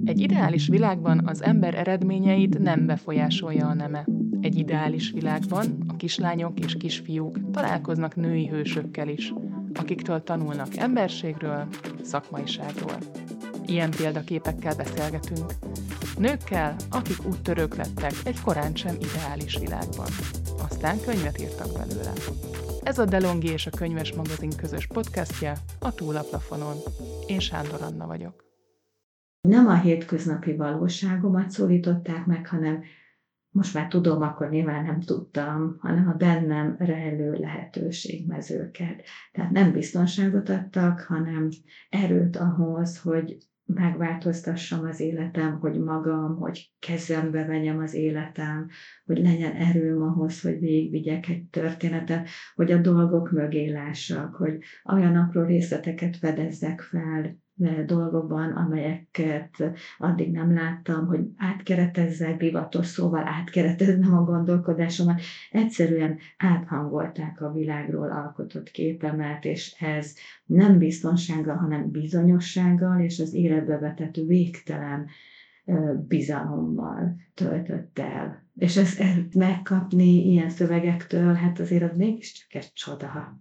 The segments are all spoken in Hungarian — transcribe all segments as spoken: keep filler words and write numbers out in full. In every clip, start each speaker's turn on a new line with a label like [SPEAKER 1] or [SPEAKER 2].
[SPEAKER 1] Egy ideális világban az ember eredményeit nem befolyásolja a neme. Egy ideális világban a kislányok és kisfiúk találkoznak női hősökkel is, akiktől tanulnak emberségről, szakmaiságról. Ilyen példaképekkel beszélgetünk. Nőkkel, akik úttörők lettek egy korán sem ideális világban. Aztán könyvet írtak belőle. Ez a DeLonghi és a Könyves Magazin közös podcastja a Túl a plafonon. Én Sándor Anna vagyok.
[SPEAKER 2] Nem a hétköznapi valóságomat szólították meg, hanem most már tudom, akkor nyilván nem tudtam, hanem a bennem rejlő lehetőségmezőket. Tehát nem biztonságot adtak, hanem erőt ahhoz, hogy megváltoztassam az életem, hogy magam, hogy kezembe vegyem az életem, hogy legyen erőm ahhoz, hogy végigvigyek egy történetet, hogy a dolgok mögé lássak, hogy olyan apró részleteket fedezzek fel dolgokban, amelyeket addig nem láttam, hogy átkeretezzek, divatos szóval átkereteznem a gondolkodásomat. Egyszerűen áthangolták a világról alkotott képemet, és ez nem biztonsággal, hanem bizonyossággal, és az életbe vetett végtelen bizalommal töltött el. És ezt, ezt megkapni ilyen szövegektől, hát azért az mégiscsak egy csoda.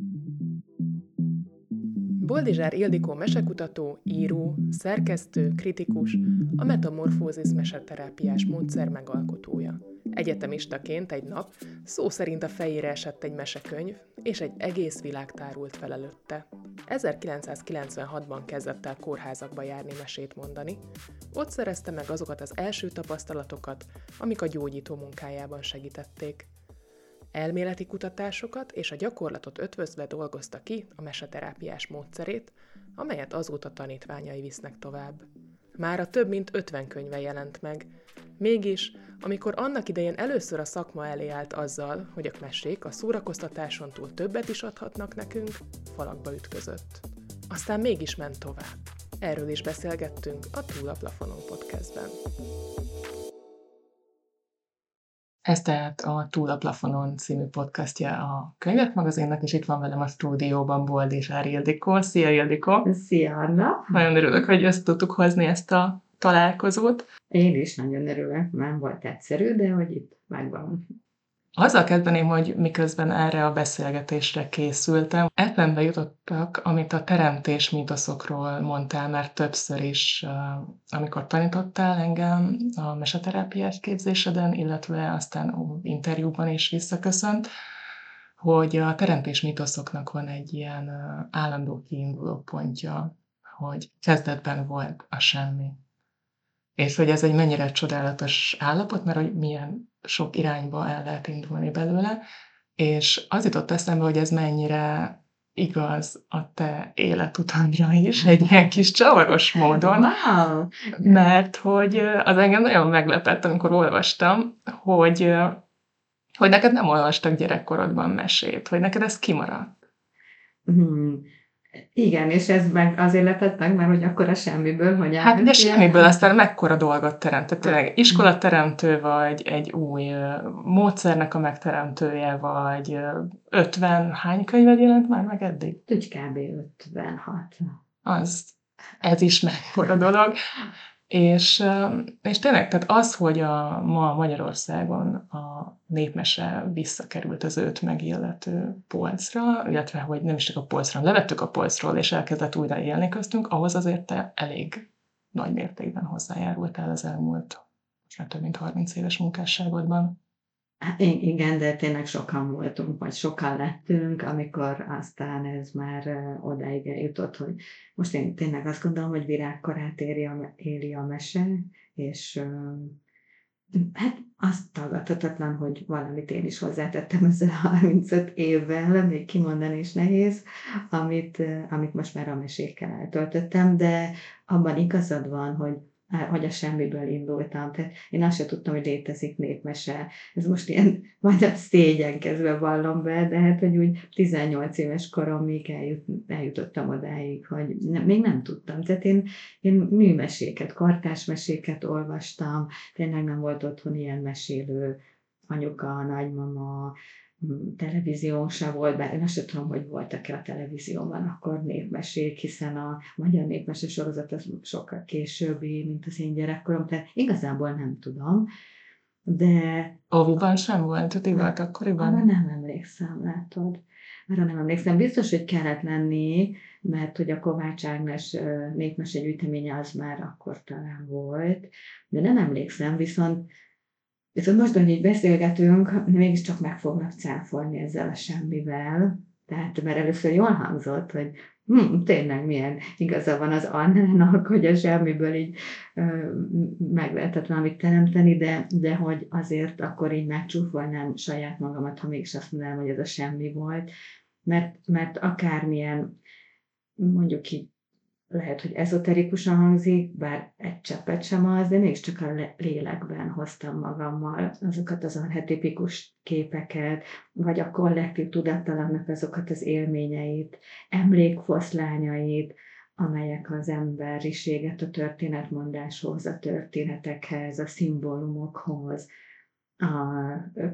[SPEAKER 1] Boldizsár Ildikó mesekutató, író, szerkesztő, kritikus, a metamorfózis meseterápiás módszer megalkotója. Egyetemistaként egy nap szó szerint a fejére esett egy mesekönyv, és egy egész világ tárult fel előtte. ezerkilencszázkilencvenhatban kezdett el kórházakba járni mesét mondani, ott szerezte meg azokat az első tapasztalatokat, amik a gyógyító munkájában segítették. Elméleti kutatásokat és a gyakorlatot ötvözve dolgozta ki a meseterápiás módszerét, amelyet azóta tanítványai visznek tovább. Mára több mint ötven könyve jelent meg. Mégis, amikor annak idején először a szakma elé állt azzal, hogy a mesék a szórakoztatáson túl többet is adhatnak nekünk, falakba ütközött. Aztán mégis ment tovább. Erről is beszélgettünk a Túl a plafonon podcastben. Ez tehát a Túl a plafonon című podcastja a Könyves Magazinnak, és itt van velem a stúdióban Boldizsár Ildikó. Szia, Ildikó!
[SPEAKER 2] Szia, Anna!
[SPEAKER 1] Nagyon örülök, hogy össze tudtuk hozni ezt a találkozót.
[SPEAKER 2] Én is nagyon örülök, nem volt egyszerű, de hogy itt megvan.
[SPEAKER 1] Azzal kezdeném, hogy miközben erre a beszélgetésre készültem, eszembe jutottak, amit a teremtés mítoszokról mondtál már többször is, amikor tanítottál engem a meseterápiás képzéseden, illetve aztán interjúban is visszaköszönt, hogy a teremtés mítoszoknak van egy ilyen állandó kiinduló pontja, hogy kezdetben volt a semmi. És hogy ez egy mennyire csodálatos állapot, mert hogy milyen sok irányba el lehet indulni belőle, és az jutott eszembe, hogy ez mennyire igaz a te életutamra is, egy ilyen kis csavaros módon,
[SPEAKER 2] Wow.
[SPEAKER 1] mert hogy az engem nagyon meglepett, amikor olvastam, hogy, hogy neked nem olvastak gyerekkorodban mesét, hogy neked ez kimaradt.
[SPEAKER 2] Hmm. Igen, és ez meg azért lepett meg, mert hogy akkor a semmiből, hogy
[SPEAKER 1] hát ugye semmiből aztán mekkora dolgot teremt. Tehát tényleg iskolateremtő vagy, egy új módszernek a megteremtője vagy, ötven, hány könyved jelent már meg eddig?
[SPEAKER 2] Úgy kb. ötvenhat.
[SPEAKER 1] Az, ez is mekkora dolog. És, és tényleg, tehát az, hogy a, ma Magyarországon a népmese visszakerült az őt megillető polcra, illetve, hogy nem is csak a polcra, levettük a polcról, és elkezdett újra élni köztünk, ahhoz azért te elég nagy mértékben hozzájárultál az elmúlt, most már több mint harminc éves munkásságodban.
[SPEAKER 2] Igen, de tényleg sokan voltunk, vagy sokan lettünk, amikor aztán ez már odáig eljutott, hogy most én tényleg azt gondolom, hogy virágkorát éri a, éli a mese, és hát az tagadhatatlan, hogy valamit én is hozzátettem ezzel a harmincöt évvel, még kimondani is nehéz, amit, amit most már a mesékkel eltöltöttem, de abban igazad van, hogy hogy a semmiből indultam. Tehát én azt sem tudtam, hogy létezik népmese. Ez most ilyen magyar szégyenkezve vallom be, de hát, hogy úgy tizennyolc éves koromig eljut, eljutottam odáig, hogy ne, még nem tudtam. Tehát én, én műmeséket, kartásmeséket olvastam, tényleg nem volt otthon ilyen mesélő anyuka, nagymama, televízió se volt, bár én azt sem tudom, hogy voltak-e a televízióban akkor népmesék, hiszen a magyar népmese sorozat az sokkal későbbi, mint az én gyerekkorom, tehát igazából nem tudom, de...
[SPEAKER 1] Óviban sem volt, hogy volt akkoriban?
[SPEAKER 2] Arra nem emlékszem, látod. Arra nem emlékszem. Biztos, hogy kellett lenni, mert hogy a Kovács Ágnes népmese gyűjteménye az már akkor talán volt, de nem emlékszem, viszont Viszont most, hogy így beszélgetünk, mégiscsak meg fognak cáfolni ezzel a semmivel. Tehát, mert először jól hangzott, hogy hm, tényleg milyen igaza van az Annának, hogy a semmiből így ö, meg lehetett valamit teremteni, de, de hogy azért akkor így megcsúfolnám saját magamat, ha mégis azt mondanám, hogy ez a semmi volt. Mert, mert akármilyen, mondjuk így, lehet, hogy ezoterikusan hangzik, bár egy cseppet sem az, de mégiscsak a lélekben hoztam magammal azokat az archetipikus képeket, vagy a kollektív tudattalannak azokat az élményeit, emlékfoszlányait, amelyek az emberiséget a történetmondáshoz, a történetekhez, a szimbólumokhoz a,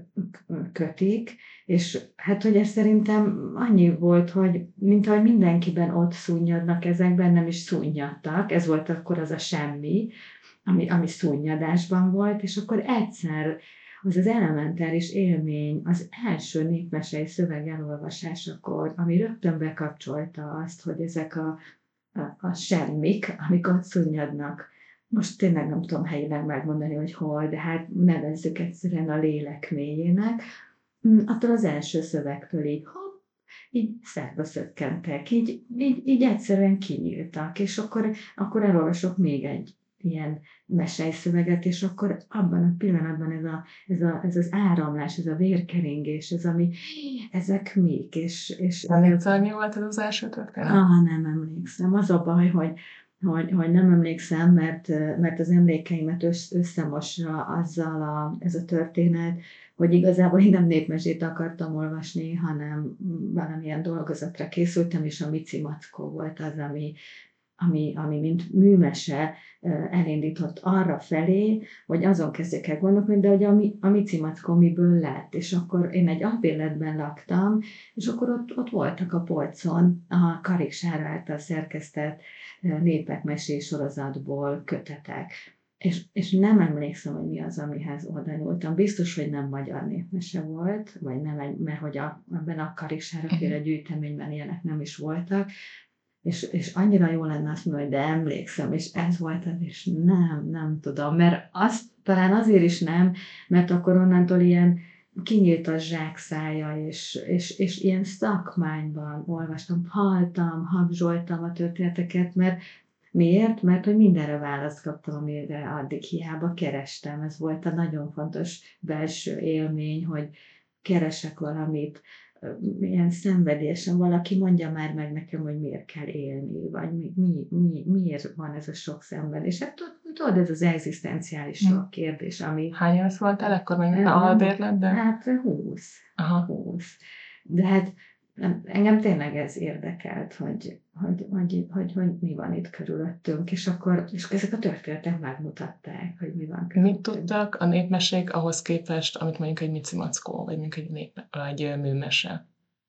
[SPEAKER 2] kötik, és hát, hogy ez szerintem annyi volt, hogy mint ahogy mindenkiben ott szúnyadnak, ezekben nem is szúnyadtak, ez volt akkor az a semmi, ami, ami szúnyadásban volt, és akkor egyszer az az elementáris élmény, az első népmesei szöveg elolvasásakor, ami rögtön bekapcsolta azt, hogy ezek a, a, a semmik, amik ott szúnyadnak, most tényleg nem tudom helyileg megmondani, hogy hol, de hát nevezzük egyszerűen a lélek mélyének, attól az első szövegtől így hopp, így szerba szökkentek, így, így, így egyszerűen kinyíltak, és akkor, akkor elolvasok még egy ilyen mesei szöveget, és akkor abban a pillanatban ez, a, ez, a, ez az áramlás, ez a vérkeringés, ez ami, ezek mik, és... és
[SPEAKER 1] nem értem, mi volt ez az első történet?
[SPEAKER 2] Ah, nem emlékszem. Az a baj, hogy Hogy, hogy nem emlékszem, mert, mert az emlékeimet össz, összemosra azzal a, ez a történet, hogy igazából én nem népmesét akartam olvasni, hanem valamilyen dolgozatra készültem, és a Mici Mackó volt az, ami, ami, ami mint műmese elindított arra felé, hogy azon kezdjek el gondolkodni, de hogy a, a Mici Mackó miből lett. És akkor én egy albérletben laktam, és akkor ott, ott voltak a polcon a Karik Sára által szerkesztett népek mesés sorozatból kötetek. És, és nem emlékszem, hogy mi az, amihez oda nyúltam. Biztos, hogy nem magyar népmese volt, vagy nem egy, mert hogy a, ebben a Karik Sára féle gyűjteményben ilyenek nem is voltak, és, és annyira jó lenne azt mondani, hogy de emlékszem, és ez volt az, és nem, nem tudom, mert azt talán azért is nem, mert akkor onnantól ilyen kinyílt a zsákszája, és, és, és ilyen szakmányban olvastam, haltam, habzsoltam a történeteket, mert miért? Mert hogy mindenre választ kaptam, amire addig hiába kerestem. Ez volt a nagyon fontos belső élmény, hogy keresek valamit, ilyen szenvedésen, valaki mondja már meg nekem, hogy miért kell élni, vagy mi, mi, mi, miért van ez a sok szenvedés. Hát tudod, ez az egzisztenciális sok kérdés, ami...
[SPEAKER 1] Hány éves voltál ekkor, még a albérletben?
[SPEAKER 2] Hát húsz.
[SPEAKER 1] Aha.
[SPEAKER 2] húsz. De hát engem tényleg ez érdekelt, hogy, hogy, hogy, hogy, hogy mi van itt körülöttünk, és akkor és ezek a történetek megmutatták, hogy mi van körülöttünk.
[SPEAKER 1] Mit tudtak a népmesék ahhoz képest, amit mondjuk egy Mici Mackó, vagy mondjuk egy, nép, egy műmese?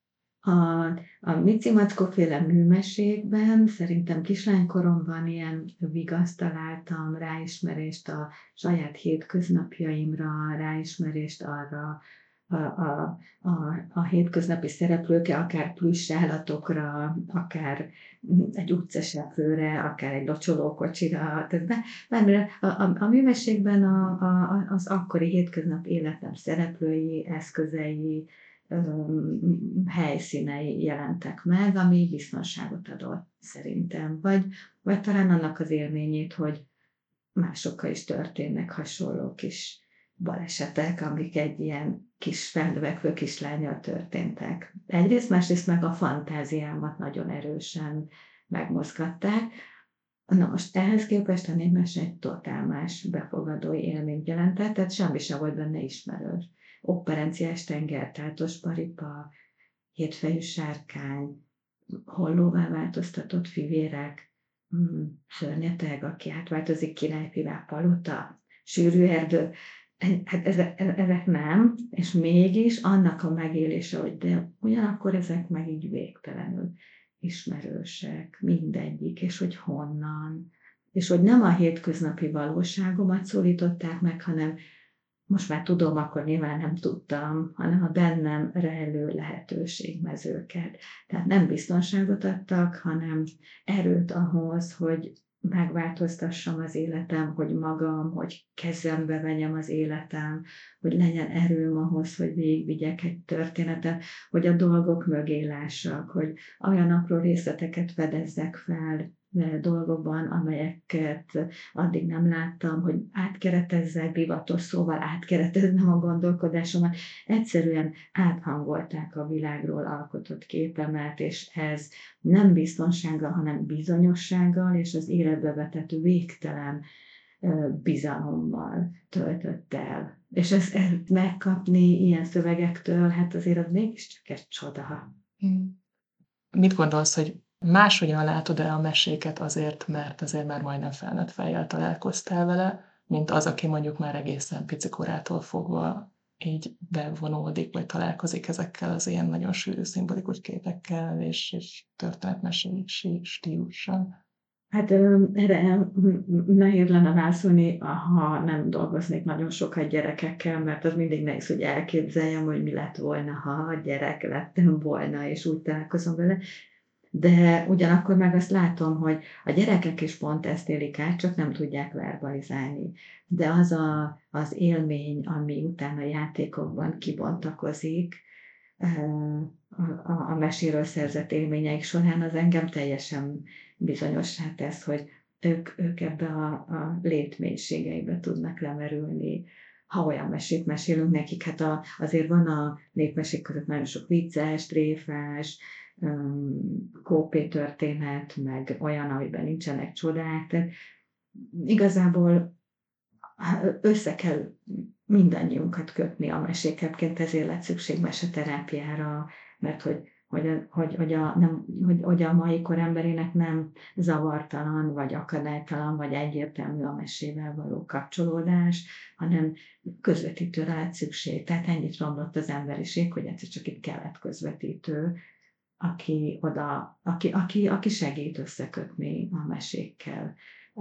[SPEAKER 2] A, a Mici Mackó féle műmesékben szerintem kislánykoromban ilyen vigaszt találtam, ráismerést a saját hétköznapjaimra, ráismerést arra, A, a, a, a hétköznapi szereplőkre, akár plusz állatokra, akár egy utcaseprőre, akár egy locsolókocsira, tehát bármire. A, a, a művességben a, a, az akkori hétköznap életem szereplői, eszközei, öm, helyszínei jelentek meg, ami biztonságot adott szerintem. Vagy, vagy talán annak az élményét, hogy másokkal is történnek hasonló kis balesetek, amik egy ilyen kis felnövekvő kislánnyal történtek. Egyrészt, másrészt meg a fantáziámat nagyon erősen megmozgatták. Na most ehhez képest a népmese egy totál más befogadói élményt jelentett, tehát semmi sem volt benne ismerős. Operenciás tengertátos paripa, hétfejű sárkány, hollóvá változtatott fivérek, szörnyeteg, aki átváltozik királyfivá, palota, sűrű erdő. Hát ezek, ezek nem, és mégis annak a megélése, hogy de ugyanakkor ezek meg így végtelenül ismerősek, mindegyik, és hogy honnan, és hogy nem a hétköznapi valóságomat szólították meg, hanem most már tudom, akkor nyilván nem tudtam, hanem a bennem rejlő lehetőségmezőket. Tehát nem biztonságot adtak, hanem erőt ahhoz, hogy megváltoztassam az életem, hogy magam, hogy kezembe vegyem az életem, hogy legyen erőm ahhoz, hogy végigvigyek egy történetet, hogy a dolgok mögé lássak, hogy olyan apró részleteket fedezzek fel dolgokban, amelyeket addig nem láttam, hogy átkeretezzek, divatos szóval átkereteznem a gondolkodásomat. Egyszerűen áthangolták a világról alkotott képemet, és ez nem biztonsággal, hanem bizonyossággal, és az életbe vetett végtelen bizalommal töltött el. És ezt, ezt megkapni ilyen szövegektől, hát azért az mégiscsak egy csoda.
[SPEAKER 1] Mit gondolsz, hogy máshogyan látod-e a meséket azért, mert azért már majdnem felnőtt fejjel találkoztál vele, mint az, aki mondjuk már egészen picikorától fogva így bevonódik, vagy találkozik ezekkel az ilyen nagyon sűrű szimbolikus képekkel és, és történetmesélési stílussal?
[SPEAKER 2] Hát erre nehéz lenne válaszolni, ha nem dolgoznék nagyon sokat gyerekekkel, mert az mindig nehéz, hogy elképzeljem, hogy mi lett volna, ha gyerek lettem volna, és úgy találkozom vele. De ugyanakkor meg azt látom, hogy a gyerekek is pont ezt élik át, csak nem tudják verbalizálni. De az a, az élmény, ami utána a játékokban kibontakozik, a, a meséről szerzett élményeik során, az engem teljesen bizonyossá tesz, hogy ők, ők ebbe a, a létmélységeibe tudnak lemerülni, ha olyan mesét mesélünk nekik. Hát a, azért van a népmesék között nagyon sok vicces, tréfás, kópé történet, meg olyan, amiben nincsenek csodák. Tehát igazából össze kell mindannyiunkat kötni a mesékként, ezért lett szükség meseterápiára, mert hogy, hogy, hogy, hogy, a, nem, hogy, hogy a mai kor emberének nem zavartalan, vagy akadálytalan, vagy egyértelmű a mesével való kapcsolódás, hanem közvetítőre lett szükség. Tehát ennyit romlott az emberiség, hogy egyszer csak itt kellett közvetítő, aki, oda, aki, aki, aki segít összekötni a mesékkel,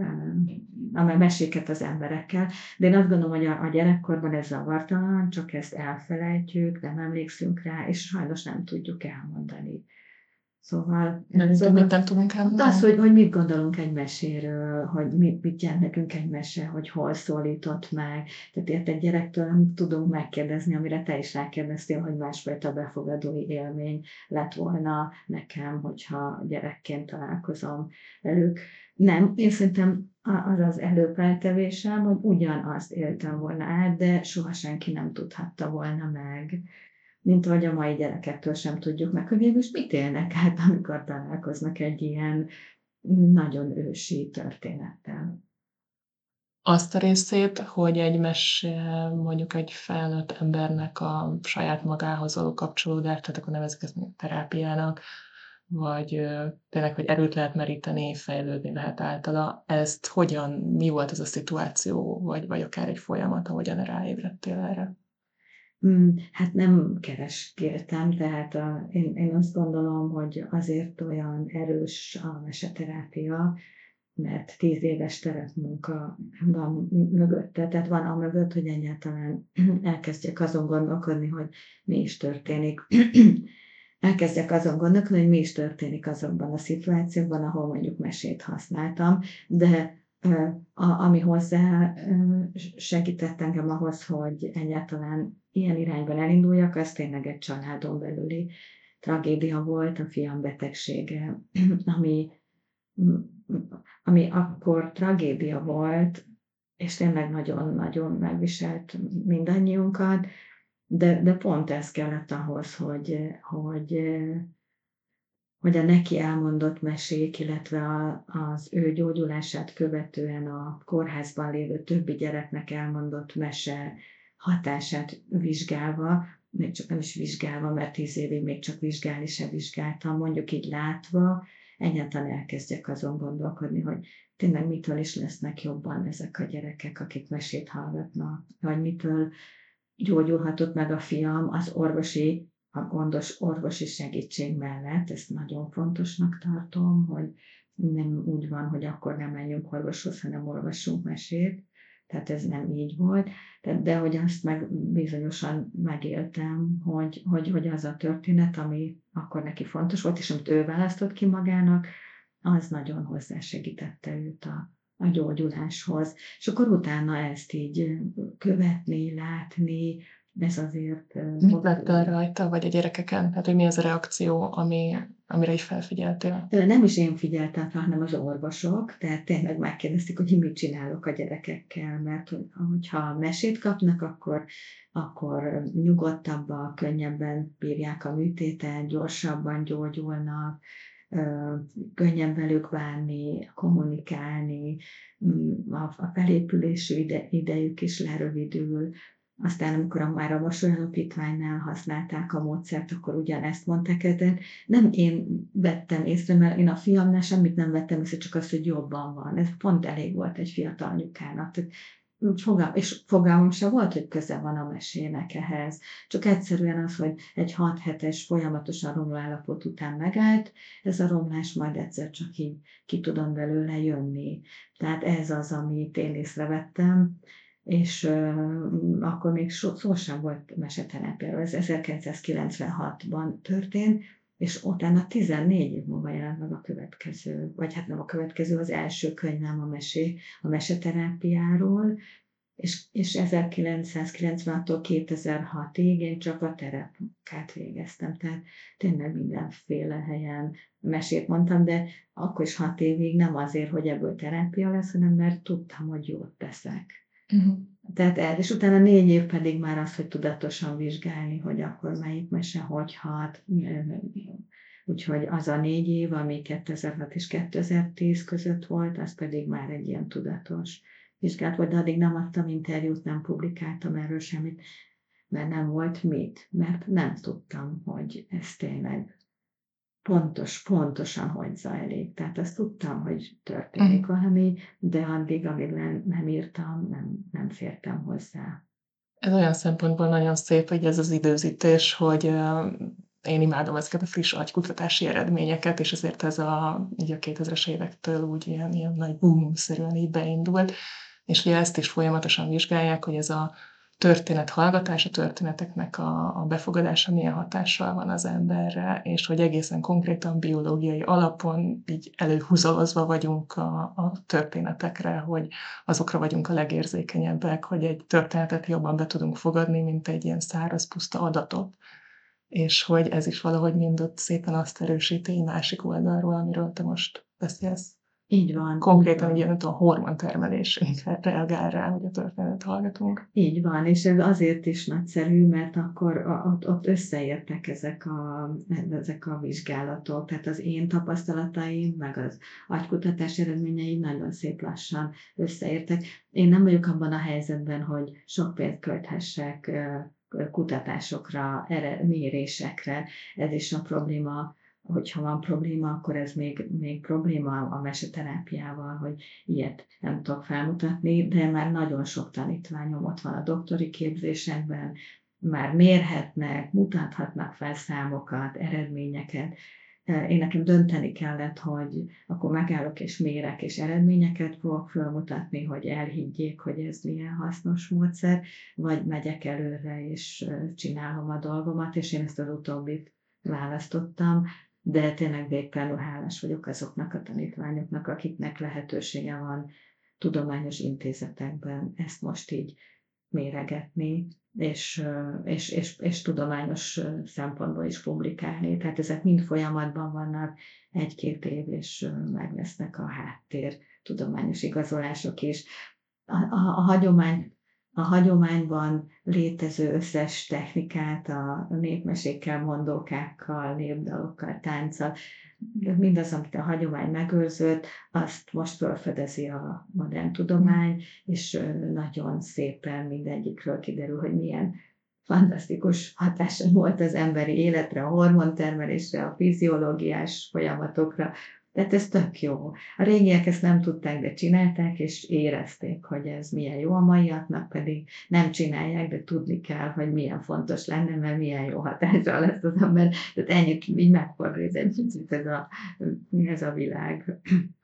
[SPEAKER 2] a meséket az emberekkel. De én azt gondolom, hogy a, a gyerekkorban ez zavartalan, csak ezt elfelejtjük, nem emlékszünk rá, és sajnos nem tudjuk elmondani. Szóval,
[SPEAKER 1] nem,
[SPEAKER 2] szóval
[SPEAKER 1] mit nem tudunk elmondani?
[SPEAKER 2] Az, hogy, hogy mit gondolunk egy meséről, hogy mit, mit jelent nekünk egy mese, hogy hol szólított meg. Tehát ért egy gyerektől nem tudunk megkérdezni, amire te is rákérdeztél, hogy másfajta befogadói élmény lett volna nekem, hogyha gyerekként találkozom velük. Nem, én szerintem az az előfeltevésem, hogy ugyanazt éltem volna át, de soha senki nem tudhatta volna meg. Mint ahogy a mai gyerekektől sem tudjuk meg, hogy végülis mit élnek át, amikor találkoznak egy ilyen nagyon ősi történettel.
[SPEAKER 1] Azt a részét, hogy egy mese mondjuk egy felnőtt embernek a saját magához való kapcsolódást, tehát akkor nevezik ezt mondjuk terápiának, vagy tényleg, hogy erőt lehet meríteni, fejlődni lehet általa. Ezt hogyan, mi volt az a szituáció, vagy, vagy akár egy folyamat, ahogyan ráébredtél erre?
[SPEAKER 2] Hát nem keresgéltem, tehát a, én, én azt gondolom, hogy azért olyan erős a meseterápia, mert tíz éves terepmunka van mögötte, tehát van a mögött, hogy egyáltalán elkezdjek azon gondolkodni, hogy mi is történik. Elkezdjek azon gondolkodni, hogy mi is történik azokban a szituációkban, ahol mondjuk mesét használtam, de a, ami hozzá segített engem ahhoz, hogy egyáltalán ilyen irányban elinduljak, az tényleg egy családon belüli tragédia volt, a fiam betegsége, ami, ami akkor tragédia volt, és tényleg nagyon-nagyon megviselt mindannyiunkat, de, de pont ez kellett ahhoz, hogy, hogy, hogy a neki elmondott mesék, illetve a, az ő gyógyulását követően a kórházban lévő többi gyereknek elmondott mese hatását vizsgálva, még csak nem is vizsgálva, mert tíz évig még csak vizsgálni se vizsgáltam, mondjuk így látva, egyáltalán elkezdjek azon gondolkodni, hogy tényleg mitől is lesznek jobban ezek a gyerekek, akik mesét hallgatnak, vagy mitől gyógyulhatott meg a fiam az orvosi, a gondos orvosi segítség mellett. Ezt nagyon fontosnak tartom, hogy nem úgy van, hogy akkor nem menjünk orvoshoz, hanem olvassunk mesét. Tehát ez nem így volt. De, de hogy azt meg bizonyosan megéltem, hogy, hogy, hogy az a történet, ami akkor neki fontos volt, és amit ő választott ki magának, az nagyon hozzásegítette őt a, a gyógyuláshoz. És akkor utána ezt így követni, látni, ez azért...
[SPEAKER 1] Mit láttál rajta, vagy a gyerekeken? Tehát, hogy mi az a reakció, ami, amire is felfigyeltél?
[SPEAKER 2] Nem is én figyeltem fel, hanem az orvosok, tehát tényleg megkérdezték, hogy mit csinálok a gyerekekkel, mert hogyha mesét kapnak, akkor, akkor nyugodtabban, könnyebben bírják a műtétet, gyorsabban gyógyulnak, könnyen velük bánni, kommunikálni, a felépülési ide, idejük is lerövidül. Aztán, amikor már a mosolyalapítványnál használták a módszert, akkor ugyanezt mondták, de nem én vettem észre, mert én a fiamnál semmit nem vettem észre, csak azt, hogy jobban van. Ez pont elég volt egy fiatal anyukának. Fogalm, és fogalmam sem volt, hogy köze van a mesének ehhez. Csak egyszerűen az, hogy egy hat hetes folyamatosan romló állapot után megállt, ez a romlás majd egyszer csak így ki tudom belőle jönni. Tehát ez az, amit én észrevettem, és uh, akkor még so, szó sem volt meseterápiáról. Ez ezerkilencszázkilencvenhatban történt, és utána tizennégy év múlva jelent meg a következő, vagy hát nem a következő, az első könyvem a, mesé, a meseterápiáról, és, és ezerkilencszázkilencvenhattól kétezer-hatig én csak a terepmunkát végeztem, tehát tényleg mindenféle helyen mesét mondtam, de akkor is hat évig nem azért, hogy ebből terápia lesz, hanem mert tudtam, hogy jót teszek. Uh-huh. Tehát el, és utána négy év pedig már az, hogy tudatosan vizsgálni, hogy akkor melyik mese hogy hat. Úgyhogy az a négy év, ami kétezer-hat és kétezer-tíz között volt, az pedig már egy ilyen tudatos vizsgálat volt, de addig nem adtam interjút, nem publikáltam erről semmit, mert nem volt mit, mert nem tudtam, hogy ez tényleg pontos, pontosan hogy zajlik. Tehát azt tudtam, hogy történik valami, de addig, amíg nem, nem írtam, nem, nem fértem hozzá.
[SPEAKER 1] Ez olyan szempontból nagyon szép, hogy ez az időzítés, hogy én imádom ezeket a friss agykutatási eredményeket, és ezért ez a, így a kétezres évektől úgy ilyen, ilyen nagy boom-szerűen így beindult, és ugye ezt is folyamatosan vizsgálják, hogy ez a történet hallgatás, a történeteknek a, a befogadása milyen hatással van az emberre, és hogy egészen konkrétan biológiai alapon így előhúzolozva vagyunk a, a történetekre, hogy azokra vagyunk a legérzékenyebbek, hogy egy történetet jobban be tudunk fogadni, mint egy ilyen száraz, puszta adatot. És hogy ez is valahogy mind ott szépen azt erősíti egy másik oldalról, amiről te most beszélsz.
[SPEAKER 2] Így van.
[SPEAKER 1] Konkrétan ilyen a hormontermelésünkre reagál rá, hogy a történetet hallgatunk.
[SPEAKER 2] Így van, és ez azért is nagyszerű, mert akkor ott, ott összeértek ezek a, ezek a vizsgálatok, tehát az én tapasztalataim, meg az agykutatás eredményei nagyon szép lassan összeértek. Én nem vagyok abban a helyzetben, hogy sok pénzt költhessek kutatásokra, mérésekre, ez is a probléma. Hogyha van probléma, akkor ez még, még probléma a meseterápiával, hogy ilyet nem tudok felmutatni, de már nagyon sok tanítványom ott van a doktori képzésekben, már mérhetnek, mutathatnak fel számokat, eredményeket. Én nekem dönteni kellett, hogy akkor megállok és mérek, és eredményeket fogok felmutatni, hogy elhiggyék, hogy ez milyen hasznos módszer, vagy megyek előre és csinálom a dolgomat, és én ezt az utóbbit választottam. De tényleg végtelenül hálás vagyok azoknak a tanítványoknak, akiknek lehetősége van tudományos intézetekben ezt most így méregetni, és, és, és, és tudományos szempontból is publikálni. Tehát ezek mind folyamatban vannak, egy-két év, és meg lesznek a háttér tudományos igazolások is. A, a, a hagyomány A hagyományban létező összes technikát, a népmesékkel, mondókákkal, népdalokkal, tánccal, mindaz, amit a hagyomány megőrzött, azt most felfedezi a modern tudomány, és nagyon szépen mindegyikről kiderül, hogy milyen fantasztikus hatása volt az emberi életre, a hormontermelésre, a fiziológiás folyamatokra. Tehát ez tök jó. A régiek ezt nem tudták, de csinálták, és érezték, hogy ez milyen jó, a maiaknak pedig nem csinálják, de tudni kell, hogy milyen fontos lenne, mert milyen jó hatással lesz az ember. Tehát ennyit így megfordít egy picit ez a, ez a világ.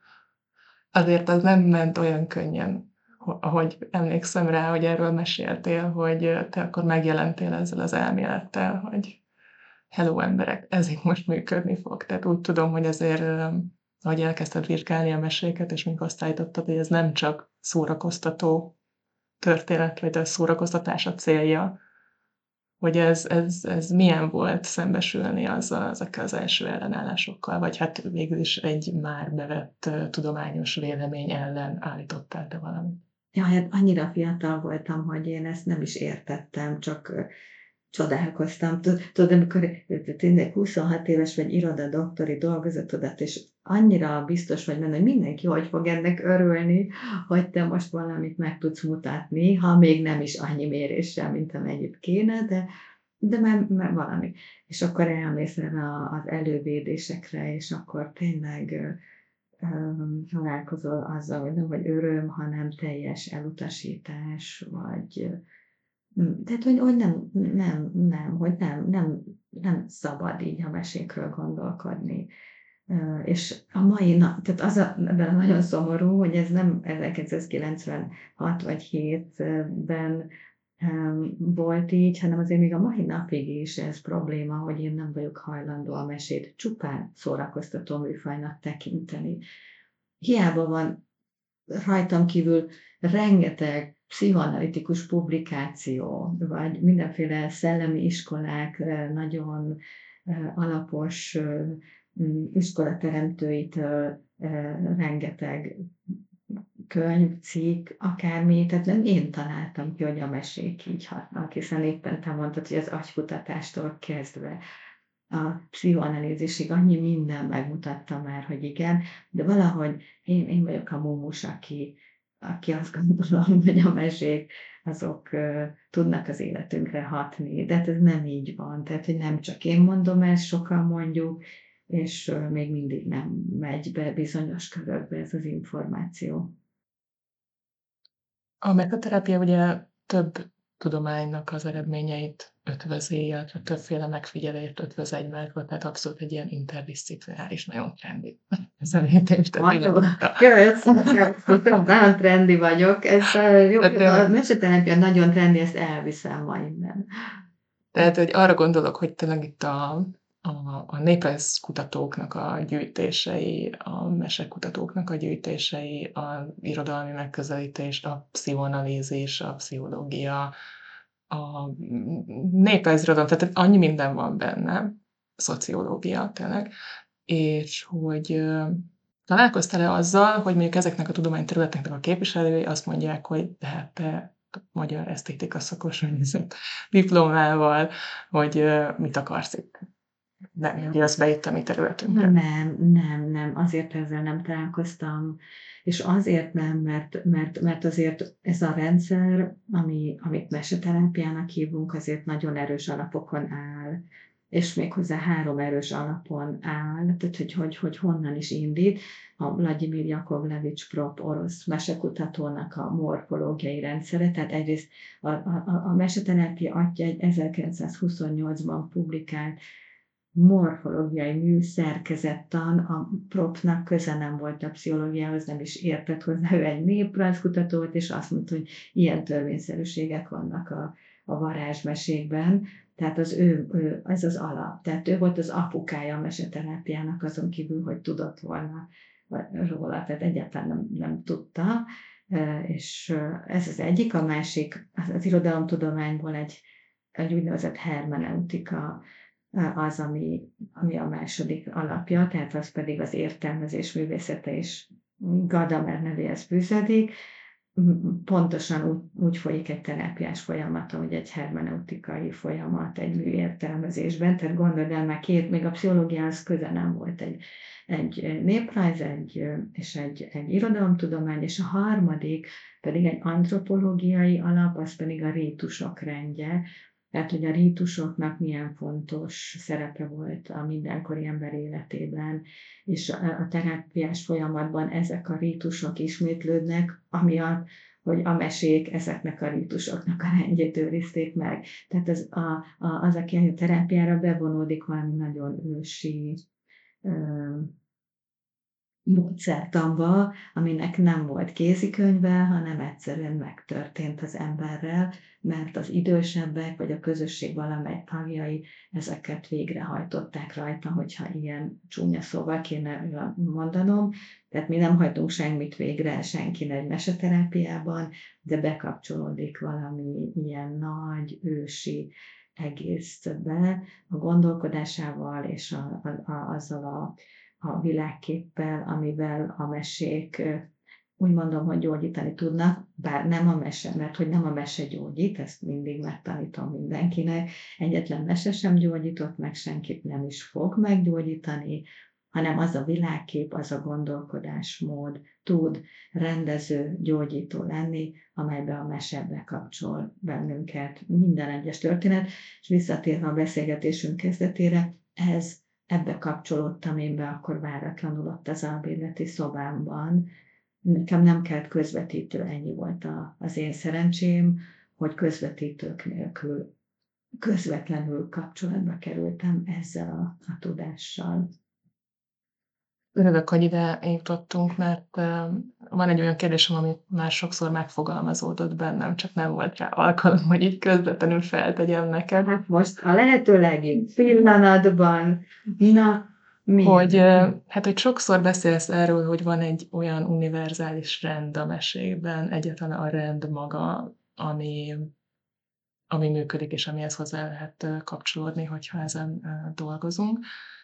[SPEAKER 1] Azért az nem ment olyan könnyen, ahogy emlékszem rá, hogy erről meséltél, hogy te akkor megjelentél ezzel az elmélettel, hogy hello emberek, ez így most működni fog. Tehát úgy tudom, hogy azért, ahogy elkezdted vizsgálni a meséket, és mikor azt állítottad, hogy ez nem csak szórakoztató történet, vagy a szórakoztatás a célja, hogy ez, ez, ez milyen volt szembesülni azzal, ezekkel az első ellenállásokkal, vagy hát végül is egy már bevett tudományos vélemény ellen állítottál te valamit.
[SPEAKER 2] Ja, hát annyira fiatal voltam, hogy én ezt nem is értettem, csak csodálkoztam. Tudod, amikor tényleg huszonhat éves vagy irodadoktori dolgozatodat, és annyira biztos vagy benne, hogy mindenki hogy fog ennek örülni, hogy te most valamit meg tudsz mutatni, ha még nem is annyi méréssel, mint amennyit kéne, de, de már, már valami. És akkor elmész erre az elővédésekre, és akkor tényleg találkozol azzal, hogy nem vagy öröm, hanem teljes elutasítás, vagy tehát, hogy, hogy nem, nem, nem, hogy nem, nem, nem szabad így a mesékről gondolkodni. És a mai nap, tehát az a, de nagyon szomorú, hogy ez nem ezerkilencszázkilencvenhat vagy hétben volt így, hanem azért még a mai napig is ez probléma, hogy én nem vagyok hajlandó a mesét csupán szórakoztató műfajnak tekinteni. Hiába van rajtam kívül rengeteg pszichoanalitikus publikáció, vagy mindenféle szellemi iskolák nagyon alapos iskolateremtőitől rengeteg könyv, cikk, akármi, tehát nem én találtam ki, hogy a mesék így hatnak, hiszen éppen te mondtad, hogy az agykutatástól kezdve a pszichoanalízisig annyi minden megmutatta már, hogy igen, de valahogy én, én vagyok a mumus, aki, aki azt gondolom, hogy a mesék azok uh, tudnak az életünkre hatni, de hát ez nem így van, tehát hogy nem csak én mondom ezt, sokan mondjuk, és uh, még mindig nem megy be bizonyos körökbe ez az információ.
[SPEAKER 1] A metaterápia ugye több tudománynak az eredményeit ötvözi, illetve többféle megfigyelést ötvöz egymásba, tehát abszolút egy ilyen interdisziplináris, nagyon trendi. Ez a
[SPEAKER 2] nagyon trendi vagyok, ez jó, a meseterápia nagyon trendi, ezt elviszem ma innen.
[SPEAKER 1] Tehát, hogy arra gondolok, hogy tényleg itt a, a, a néprajzkutatóknak a gyűjtései, a mesekutatóknak a gyűjtései, a irodalmi megközelítés, a pszichoanalízis, a pszichológia, a néprajzirodalom, tehát annyi minden van benne, a szociológia tényleg, és hogy találkoztál-e azzal, hogy mondjuk ezeknek a tudományterületeknek a képviselői azt mondják, hogy de hát te magyar esztétika szakos diplomával, hogy mit akarsz itt? Nem jössz be itt a mi területünkre.
[SPEAKER 2] Nem, nem, nem, azért ezzel nem találkoztam, és azért nem, mert, mert, mert azért ez a rendszer, ami, amit meseterápiának hívunk, azért nagyon erős alapokon áll, és méghozzá három erős alapon áll, tehát hogy, hogy, hogy honnan is indít. A Vladimir Jakovlevics Prop orosz mesekutatónak a morfológiai rendszere, tehát egyrészt a, a, a meseterápia atya egy ezerkilencszázhuszonnyolcban publikált morfológiai műszerkezettan, a Propnak köze nem volt a pszichológiához, nem is értett hozzá, ő egy néprajzkutató volt, és azt mondta, hogy ilyen törvényszerűségek vannak a, a varázsmesékben, tehát az ő, ő, ez az alap, tehát ő volt az apukája a meseterápiának, azon kívül, hogy tudott volna róla, tehát egyáltalán nem, nem tudta, és ez az egyik, a másik, az, az irodalomtudományból egy, egy úgynevezett hermeneutika, az, ami, ami a második alapja, tehát az pedig az értelmezés művészete és Gadamer nevéhez fűződik. Pontosan úgy, úgy folyik egy terápiás folyamat, ahogy egy hermeneutikai folyamat egy műértelmezésben, tehát gondold el, már két, még a pszichológiához köze nem volt egy, egy néprajz egy, és egy, egy irodalomtudomány, és a harmadik pedig egy antropológiai alap, az pedig a rítusok rendje, Tehát, hogy a rítusoknak milyen fontos szerepe volt a mindenkori ember életében, és a terápiás folyamatban ezek a rítusok ismétlődnek, amiatt, hogy a mesék ezeknek a rítusoknak a rendjét őrizték meg. Tehát az, a, a, az aki a terápiára bevonódik valami nagyon ősi módszertamba, aminek nem volt kézikönyve, hanem egyszerűen megtörtént az emberrel, mert az idősebbek vagy a közösség valamely tagjai ezeket végrehajtották rajta, hogyha ilyen csúnya szóval kéne mondanom. Tehát mi nem hajtunk semmit végre senki egy meseterápiában, de bekapcsolódik valami ilyen nagy, ősi egészbe a gondolkodásával és a, a, a, azzal a a világképpel, amivel a mesék úgy mondom, hogy gyógyítani tudnak, bár nem a mese, mert hogy nem a mese gyógyít, ezt mindig megtanítom mindenkinek, egyetlen mese sem gyógyított meg, senkit nem is fog meggyógyítani, hanem az a világkép, az a gondolkodásmód tud rendező, gyógyító lenni, amelybe a mese bekapcsol bennünket minden egyes történet, és visszatérve a beszélgetésünk kezdetére, ez ebbe kapcsolódtam én be akkor váratlanul ott az albérleti szobámban. Nekem nem kellett közvetítő, ennyi volt a, az én szerencsém, hogy közvetítők nélkül közvetlenül kapcsolatba kerültem ezzel a, a tudással.
[SPEAKER 1] Örülök, hogy ide jutottunk, mert van egy olyan kérdésem, ami már sokszor megfogalmazódott bennem, csak nem volt rá alkalom, hogy így közvetlenül feltegyem neked.
[SPEAKER 2] Hát most a lehető legjobb pillanatban, na, mi?
[SPEAKER 1] Hogy, hát, hogy sokszor beszélsz erről, hogy van egy olyan univerzális rend a mesékben, egyáltalán a rend maga, ami, ami működik, és amihez hozzá lehet kapcsolódni, hogyha ezen dolgozunk.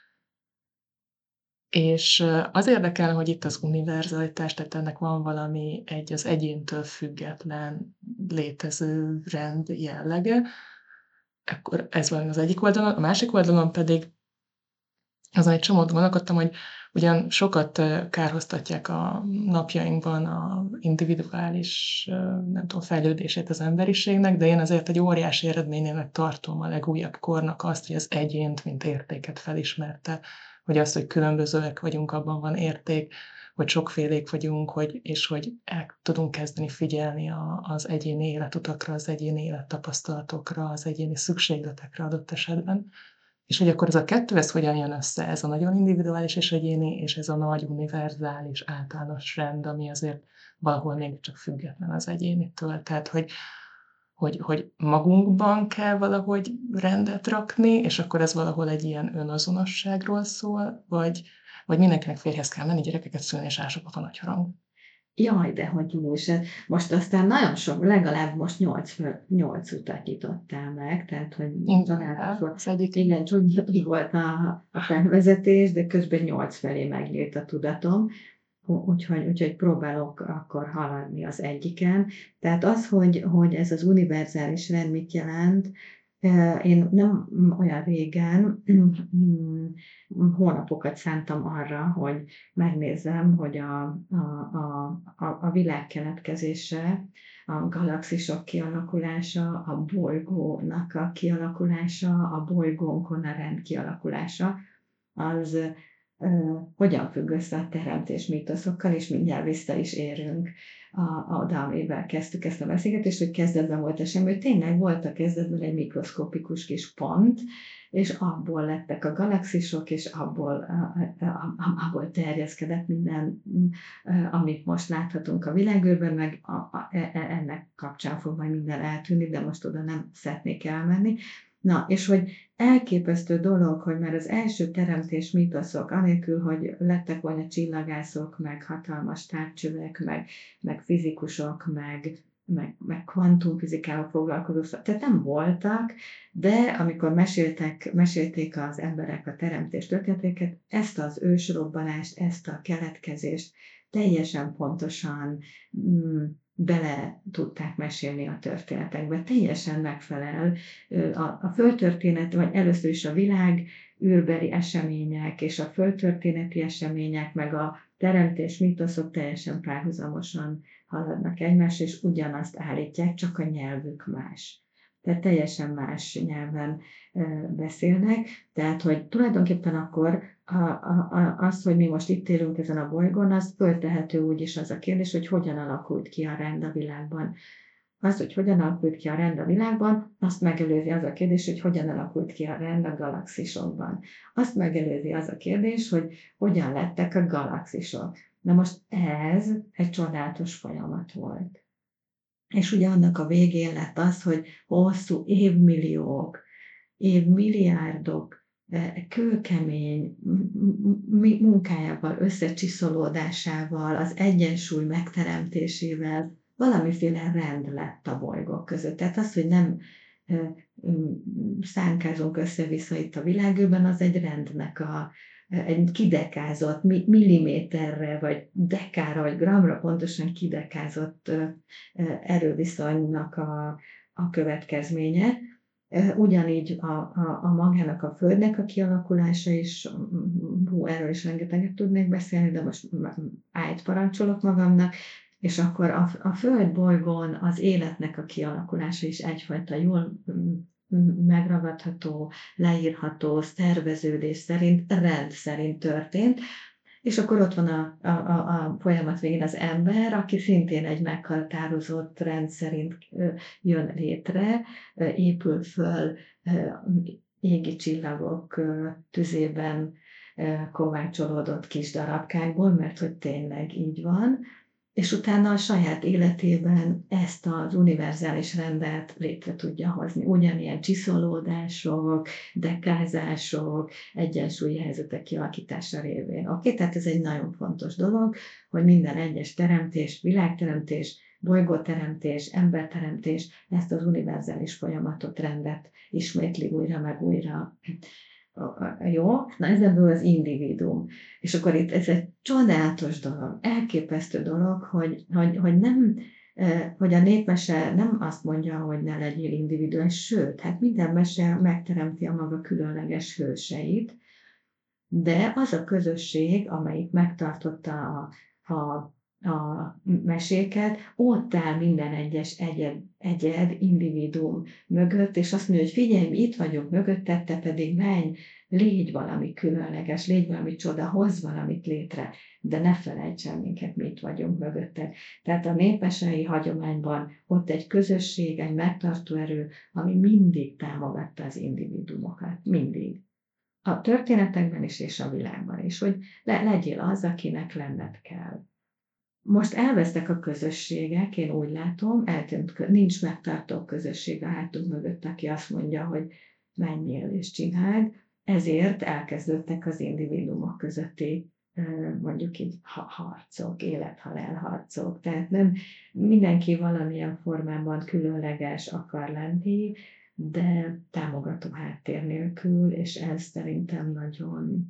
[SPEAKER 1] És az érdekel, hogy itt az univerzalitás, tehát ennek van valami egy az egyéntől független létező rend jellege, akkor ez van az egyik oldalon, a másik oldalon pedig azon egy csomót gondolkodtam, hogy ugyan sokat kárhoztatják a napjainkban a individuális, nem tudom, fejlődését az emberiségnek, de én azért egy óriási eredményének tartom a legújabb kornak azt, hogy az egyént, mint értéket felismerte, hogy azt, hogy különbözőek vagyunk, abban van érték, hogy sokfélék vagyunk, hogy, és hogy el tudunk kezdeni figyelni a, az egyéni életutakra, az egyéni élettapasztalatokra, az egyéni szükségletekre adott esetben. És hogy akkor ez a kettő, ez hogyan jön össze, ez a nagyon individuális és egyéni, és ez a nagy univerzális általános rend, ami azért valahol még csak független az egyénitől. Tehát, hogy, hogy, hogy magunkban kell valahogy rendet rakni, és akkor ez valahol egy ilyen önazonosságról szól, vagy, vagy mindenkinek férjhez kell menni, gyerekeket szülni, és ások a nagy harang.
[SPEAKER 2] Jaj, de hogy is. Most aztán nagyon sok, legalább most nyolc, nyolc utat nyitottál meg, tehát hogy
[SPEAKER 1] az egyik.
[SPEAKER 2] Igen, csúnya volt a, a felvezetés, de közben nyolc felé megnyílt a tudatom, úgyhogy, úgyhogy próbálok akkor haladni az egyiken. Tehát az, hogy, hogy ez az univerzális rend mit jelent, én nem olyan régen hónapokat szántam arra, hogy megnézzem, hogy a, a, a, a világ keletkezése, a galaxisok kialakulása, a bolygónak a kialakulása, a bolygónkon a rend kialakulása, az uh, hogyan függ össze a teremtés mítoszokkal, és mindjárt vissza is érünk a, oda, amivel kezdtük ezt a beszélgetést, hogy kezdetben volt a semmi, hogy tényleg volt a kezdetben egy mikroszkopikus kis pont, és abból lettek a galaxisok, és abból, abból terjeszkedett minden, amit most láthatunk a világűrben, meg a, a, ennek kapcsán fog majd minden eltűnni, de most oda nem szeretnék elmenni. Na, és hogy elképesztő dolog, hogy már az első teremtés mítoszok, anélkül, hogy lettek volna csillagászok, meg hatalmas távcsövek, meg, meg fizikusok, meg, meg, meg kvantumfizikával foglalkozó, tehát nem voltak, de amikor meséltek, mesélték az emberek a teremtés történeteket, ezt az ősrobbanást, ezt a keletkezést teljesen pontosan mm, bele tudták mesélni a történetekbe. Teljesen megfelel a, a földtörténet, vagy először is a világ űrbeli események, és a földtörténeti események, meg a teremtés mítoszok teljesen párhuzamosan haladnak egymást, és ugyanazt állítják, csak a nyelvük más. tehát teljesen más nyelven beszélnek. Tehát, hogy tulajdonképpen akkor a, a, a, az, hogy mi most itt élünk ezen a bolygón, az föltehető úgyis az a kérdés, hogy hogyan alakult ki a rend a világban. Az, hogy hogyan alakult ki a rend a világban, azt megelőzi az a kérdés, hogy hogyan alakult ki a rend a galaxisokban. Azt megelőzi az a kérdés, hogy hogyan lettek a galaxisok. Na most ez egy csodálatos folyamat volt. És ugye annak a végén lett az, hogy hosszú évmilliók, évmilliárdok kőkemény munkájával, összecsiszolódásával, az egyensúly megteremtésével valamiféle rend lett a bolygók között. Tehát az, hogy nem szánkázunk össze-vissza itt a világűrben, az egy rendnek a, egy kidekázott, milliméterre, vagy dekára, vagy gramra pontosan kidekázott erőviszonynak a, a következménye. Ugyanígy a, a, a magának a Földnek a kialakulása is, hú, erről is rengeteget tudnék beszélni, de most álljt parancsolok magamnak, és akkor a, a Földbolygón az életnek a kialakulása is egyfajta jól megragadható, leírható szerveződés szerint, rend szerint történt, és akkor ott van a, a, a, a folyamat végén az ember, aki szintén egy meghatározott rend szerint jön létre, épül föl égi csillagok tüzében kovácsolódott kis darabkákból, mert hogy tényleg így van, és utána a saját életében ezt az univerzális rendet létre tudja hozni. Ugyanilyen csiszolódások, dekázások, egyensúlyi helyzetek kialakítása révén. Oké, okay? Tehát ez egy nagyon fontos dolog, hogy minden egyes teremtés, világteremtés, bolygóteremtés, emberteremtés ezt az univerzális folyamatot, rendet ismétli újra meg újra. Jó? Na ez ebből az individuum. És akkor itt ez egy csodálatos dolog, elképesztő dolog, hogy, hogy, hogy nem, hogy a népmese nem azt mondja, hogy ne legyél individuális, sőt, hát minden mese megteremti a maga különleges hőseit, de az a közösség, amelyik megtartotta a, a a meséket, ott áll minden egyes egyed, egyed individuum mögött, és azt mondja, hogy figyelj, mi itt vagyunk mögötted, te pedig menj, légy valami különleges, légy valami csoda, hozz valamit létre, de ne felejts el minket, mi itt vagyunk mögötted. Tehát a népmesei hagyományban ott egy közösség, egy megtartó erő, ami mindig támogatta az individuumokat, mindig. A történetekben is, és a világban is, hogy le, legyél az, akinek lenned kell. Most elvesztek a közösségek, én úgy látom, eltűnt, nincs megtartó közösség a hátunk mögött, aki azt mondja, hogy menjél és csináld, ezért elkezdődtek az individuumok közötti mondjuk így harcok, élet-halál harcok. Tehát nem mindenki valamilyen formában különleges akar lenni, de támogató háttér nélkül, és ez szerintem nagyon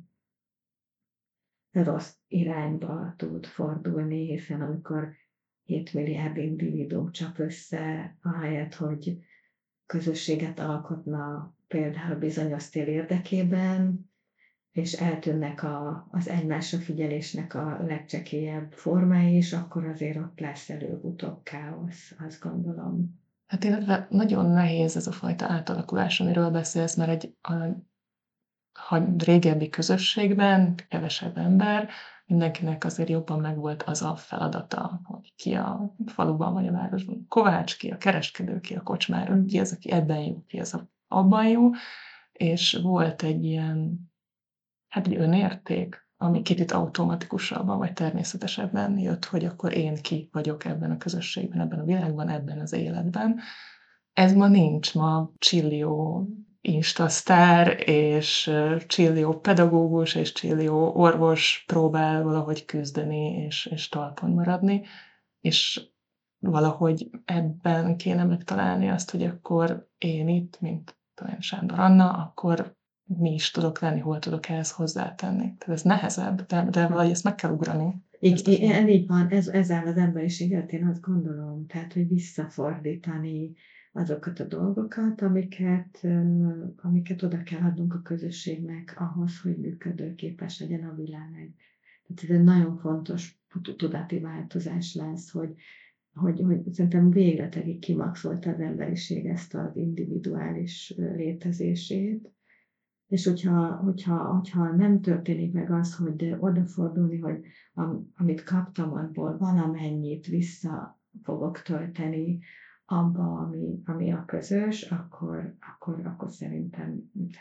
[SPEAKER 2] rossz irányba tud fordulni, hiszen amikor hét milliárd individuum csap össze, ahelyett, hogy közösséget alkotna például bizonyos cél érdekében, és eltűnnek a, az egymásra figyelésnek a legcsekélyebb formái is, akkor azért ott lesz előbb-utóbb káosz, azt gondolom.
[SPEAKER 1] Hát illetve nagyon nehéz ez a fajta átalakulás, amiről beszélsz, mert egy a, ha régebbi közösségben kevesebb ember, mindenkinek azért jobban megvolt az a feladata, hogy ki a faluban vagy a városban kovács, ki a kereskedő, ki a kocsmár, ki az, aki ebben jó, ki az, abban jó, és volt egy ilyen, hát egy önérték, ami kicsit automatikusabban vagy természetesebben jött, hogy akkor én ki vagyok ebben a közösségben, ebben a világban, ebben az életben. Ez ma nincs, ma csillió instasztár, és csillió pedagógus, és csillió orvos próbál valahogy küzdeni, és, és talpon maradni, és valahogy ebben kéne megtalálni azt, hogy akkor én itt, mint talán Sándor Anna, akkor mi is tudok lenni, hol tudok ehhez hozzátenni. Tehát ez nehezebb, de, de valahogy ezt meg kell ugrani.
[SPEAKER 2] Így, így, így van, ez, ez áll az emberiség életén, azt gondolom, tehát, hogy visszafordítani azokat a dolgokat, amiket, amiket oda kell adnunk a közösségnek ahhoz, hogy működőképes legyen a világ. Tehát ez egy nagyon fontos tudati változás lesz, hogy hogy, hogy szerintem végletekig kimaxolta az emberiség ezt az individuális létezését, és hogyha, hogyha, hogyha nem történik meg az, hogy de odafordulni, hogy am, amit kaptam, abból valamennyit vissza fogok tölteni abba, ami, ami a közös, akkor, akkor, akkor szerintem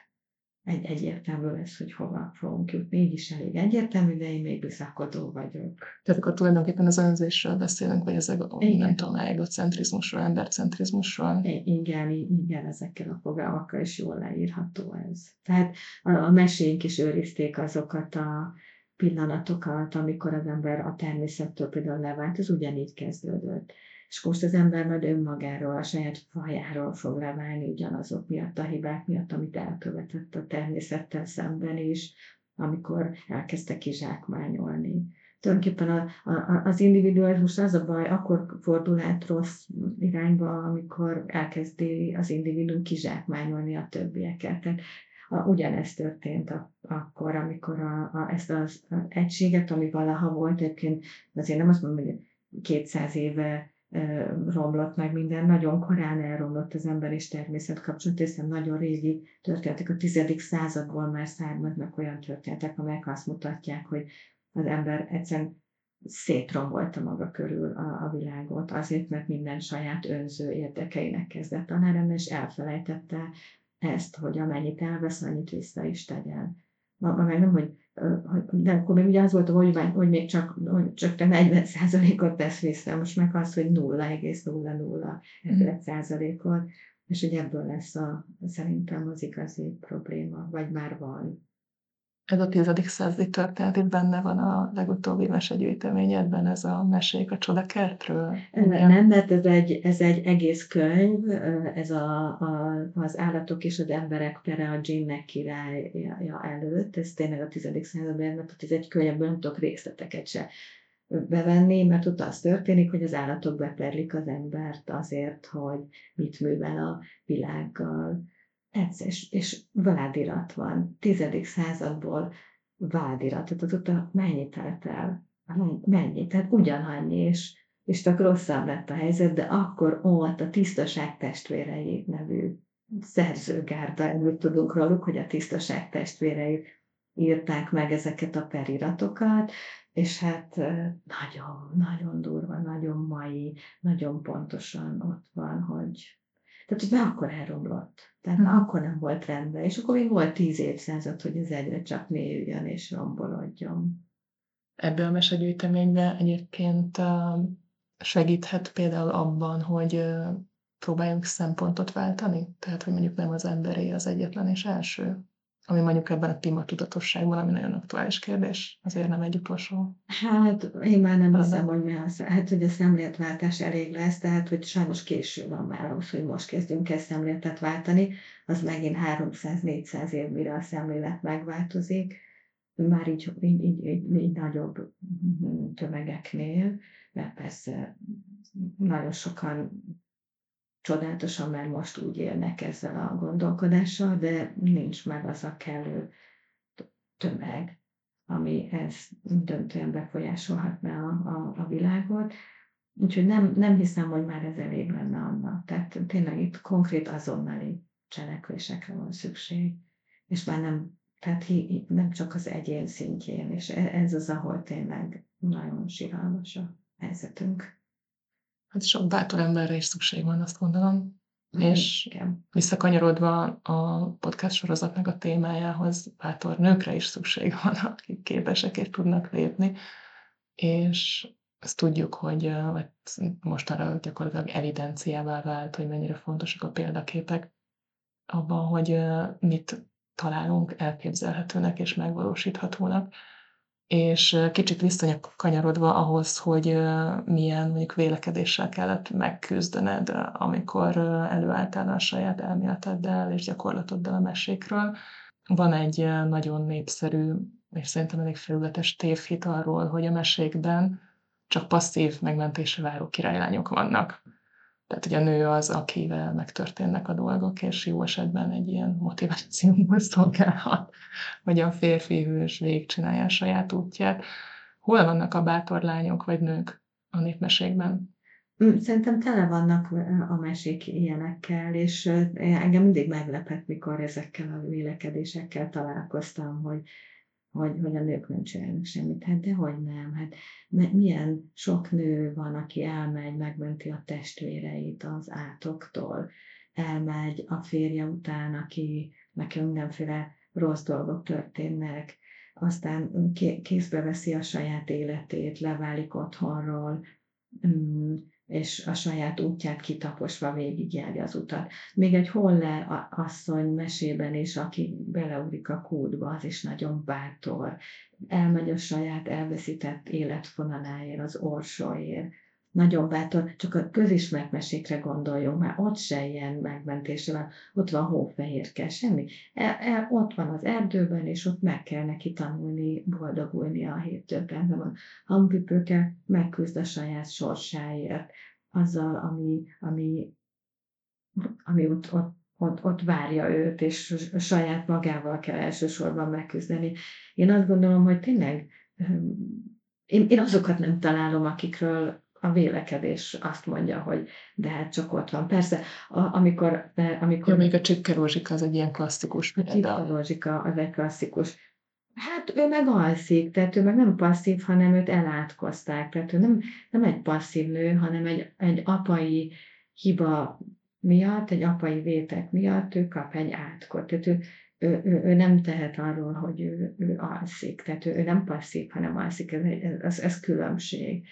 [SPEAKER 2] egy egyértelmű lesz, hogy hova fogunk jutni. Így is elég egyértelmű, de én még bizakodó vagyok.
[SPEAKER 1] Tehát akkor tulajdonképpen az önzésről beszélünk, vagy ezek, nem tudom, egocentrizmusról, embercentrizmusról?
[SPEAKER 2] Igen, igen, ezekkel a fogalmakkal is jól leírható ez. Tehát a, a meséink is őrizték azokat a pillanatokat, amikor az ember a természettől például levált, ez ugyanígy kezdődött. És most az ember majd önmagáról, a saját fajáról fog leválni ugyanazok miatt, a hibák miatt, amit elkövetett a természettel szemben is, amikor elkezdte kizsákmányolni. Tulajdonképpen a, a, az individualizmus az a baj, akkor fordul át rossz irányba, amikor elkezdi az individuum kizsákmányolni a többieket. Tehát a, ugyanezt történt a, akkor, amikor a, a, ezt az a egységet, ami valaha volt, egyébként azért nem azt mondom, hogy kétszáz éve romlott meg minden, nagyon korán elromlott az ember és természet kapcsolat, hiszen nagyon régi történetek, a tizedik századból már származnak olyan történetek, amelyek azt mutatják, hogy az ember egyszerűen szétrombolta maga körül a, a világot, azért, mert minden saját önző érdekeinek kezdett tanárni, és elfelejtette ezt, hogy amennyit elvesz, annyit vissza is tegyen. Ma, ma meg nem, hogy, de akkor még ugye az volt a hogy, hogy még csak, hogy csak te negyven százalékot tesz vissza, most meg az, hogy nulla egész nulla nulla százalékot, és hogy ebből lesz a, szerintem az igazi probléma, vagy már van.
[SPEAKER 1] Ez a tizedik századi történet, itt benne van a legutóbbi mesegyűjteményedben, ez a mesék a csodakertről.
[SPEAKER 2] Nem, mert ez egy, ez egy egész könyv, ez a, a, az állatok és az emberek pere a dzsinnek királya előtt, ez tényleg a tizedik században, mert ez egy könyv, ebből nem tudok részleteket se bevenni, mert ott az történik, hogy az állatok beperlik az embert azért, hogy mit művel a világgal. Egyszer, és, és vádirat van, tizedik századból vádirat, tehát ott mennyi telt el, mennyi, tehát ugyanannyi, és, és csak rosszabb lett a helyzet, de akkor ott a Tisztaság testvérei nevű szerzőgárda, előtt tudunk róluk, hogy a Tisztaság testvérei írták meg ezeket a periratokat, és hát nagyon-nagyon durva, nagyon mai, nagyon pontosan ott van, hogy tehát, hogy már akkor elromlott. Tehát már akkor nem volt rendben. És akkor még volt tíz évszázad, hogy ez egyre csak mélyüljön és rombolodjon.
[SPEAKER 1] Ebben a mesegyűjteményben egyébként segíthet például abban, hogy próbáljunk szempontot váltani? Tehát, hogy mondjuk nem az emberé az egyetlen és első? Ami mondjuk ebben a klímatudatosságban, ami nagyon aktuális kérdés, azért nem egy utolsó.
[SPEAKER 2] Hát én már nem hiszem, hogy, mi az, hát, hogy a szemléletváltás elég lesz, tehát hogy sajnos késő van már ahhoz, hogy most kezdjünk el szemléletet váltani, az megint háromszáz-négyszáz év, mire a szemlélet megváltozik, már így, így, így, így, így nagyobb tömegeknél, mert persze nagyon sokan csodálatosan már most úgy élnek ezzel a gondolkodással, de nincs meg az a kellő tömeg, ami ezt döntően befolyásolhatná a, a, a világot. Úgyhogy nem, nem hiszem, hogy már ez elég lenne annak. Tehát tényleg itt konkrét azonnali cselekvésekre van szükség. És már nem, tehát nem csak az egyén szintjén, és ez az, ahol tényleg nagyon siralmas a helyzetünk.
[SPEAKER 1] Hát sok bátor emberre is szükség van, azt gondolom. És
[SPEAKER 2] igen.
[SPEAKER 1] Visszakanyarodva a podcast sorozatnak a témájához, bátor nőkre is szükség van, akik képesek és tudnak lépni. És ezt tudjuk, hogy mostanra gyakorlatilag evidenciává vált, hogy mennyire fontosak a példaképek abban, hogy mit találunk elképzelhetőnek és megvalósíthatónak. És kicsit visszakanyarodva ahhoz, hogy milyen mondjuk vélekedéssel kellett megküzdened, amikor előálltál a saját elméleteddel és gyakorlatoddal a mesékről. Van egy nagyon népszerű, és szerintem elég felületes tévhit arról, hogy a mesékben csak passzív megmentésre váró királylányok vannak. Tehát, hogy a nő az, akivel megtörténnek a dolgok, és jó esetben egy ilyen motivációból szolgálhat, hogy a férfi hős végigcsinálja a saját útját. Hol vannak a bátor lányok vagy nők a népmesékben?
[SPEAKER 2] Hm, szerintem tele vannak a mesék ilyenekkel, és engem mindig meglepett, mikor ezekkel a vélekedésekkel találkoztam, hogy hogy, hogy a nők nem csinálnak semmit. Hát dehogy nem. Hát milyen sok nő van, aki elmegy, megmenti a testvéreit az átoktól, elmegy a férje után, aki neki mindenféle rossz dolgok történnek, aztán kézbe veszi a saját életét, leválik otthonról, és a saját útját kitaposva végigjárja az utat. Még egy Holle asszony mesében is, aki beleugrik a kútba, az is nagyon bátor. Elmegy a saját elveszített életfonaláért, az orsóért. Nagyon bátor, csak a közismert mesékre gondoljunk, mert ott se ilyen megmentésre van. Ott van hófehérke, semmi. El, el, ott van az erdőben, és ott meg kell neki tanulni, boldogulni a hét többen. Van Hampipőke megküzd a saját sorsáért, azzal, ami, ami, ami ott, ott, ott, ott várja őt, és saját magával kell elsősorban megküzdeni. Én azt gondolom, hogy tényleg én, én azokat nem találom, akikről a vélekedés azt mondja, hogy de hát csak ott van. Persze, a, amikor... De, amikor
[SPEAKER 1] ja, még a Csipke Rózsika az egy ilyen klasszikus
[SPEAKER 2] példa. A Csipke Rózsika az egy klasszikus. Hát ő meg alszik, tehát ő meg nem passzív, hanem őt elátkozták. Tehát ő nem, nem egy passzív nő, hanem egy, egy apai hiba miatt, egy apai vétek miatt ő kap egy átkot. Tehát ő, ő, ő, ő nem tehet arról, hogy ő, ő alszik. Tehát ő, ő nem passzív, hanem alszik. Ez, ez, ez különbség.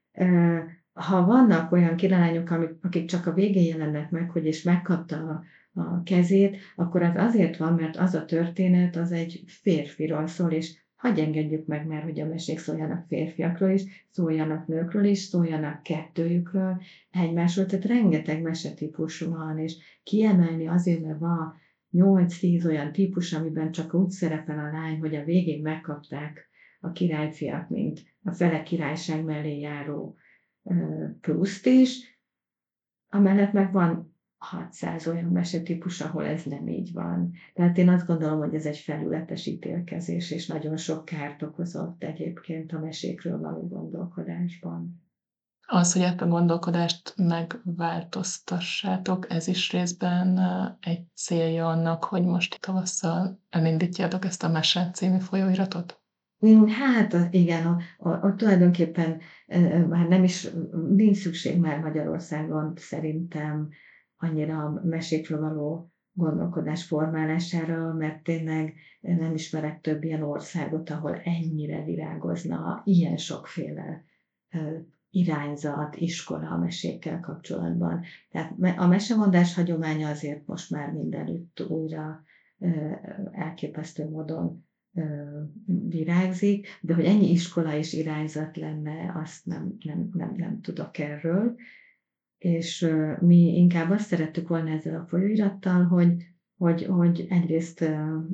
[SPEAKER 2] Ha vannak olyan királányok, akik csak a végén jelennek meg, hogy és megkapta a a kezét, akkor az azért van, mert az a történet az egy férfiról szól, és hagyj engedjük meg már, hogy a mesék szóljanak férfiakról is, szóljanak nőkről is, szóljanak kettőjükről, egymásról, tehát rengeteg mesetípus van, és kiemelni azért, mert van nyolc-tíz olyan típus, amiben csak úgy szerepel a lány, hogy a végén megkapták a királyfiak, mint a fele királyság mellé járó pluszt is, amellett meg van hatszáz olyan mesetípus, ahol ez nem így van. Tehát én azt gondolom, hogy ez egy felületes ítélkezés, és nagyon sok kárt okozott egyébként a mesékről való gondolkodásban.
[SPEAKER 1] Az, hogy ezt a gondolkodást megváltoztassátok, ez is részben egy célja annak, hogy most tavasszal elindítjátok ezt a Mese című folyóiratot?
[SPEAKER 2] Hát igen, a, a, a tulajdonképpen már nem is, nincs szükség már Magyarországon szerintem annyira a mesékről való gondolkodás formálására, mert tényleg nem ismerek több ilyen országot, ahol ennyire virágozna ilyen sokféle irányzat, iskola a mesékkel kapcsolatban. Tehát a mesemondás hagyománya azért most már mindenütt újra elképesztő módon virágzik, de hogy ennyi iskola és irányzat lenne, azt nem, nem, nem, nem tudok erről. És mi inkább azt szerettük volna ezzel a folyóirattal, hogy, hogy, hogy egyrészt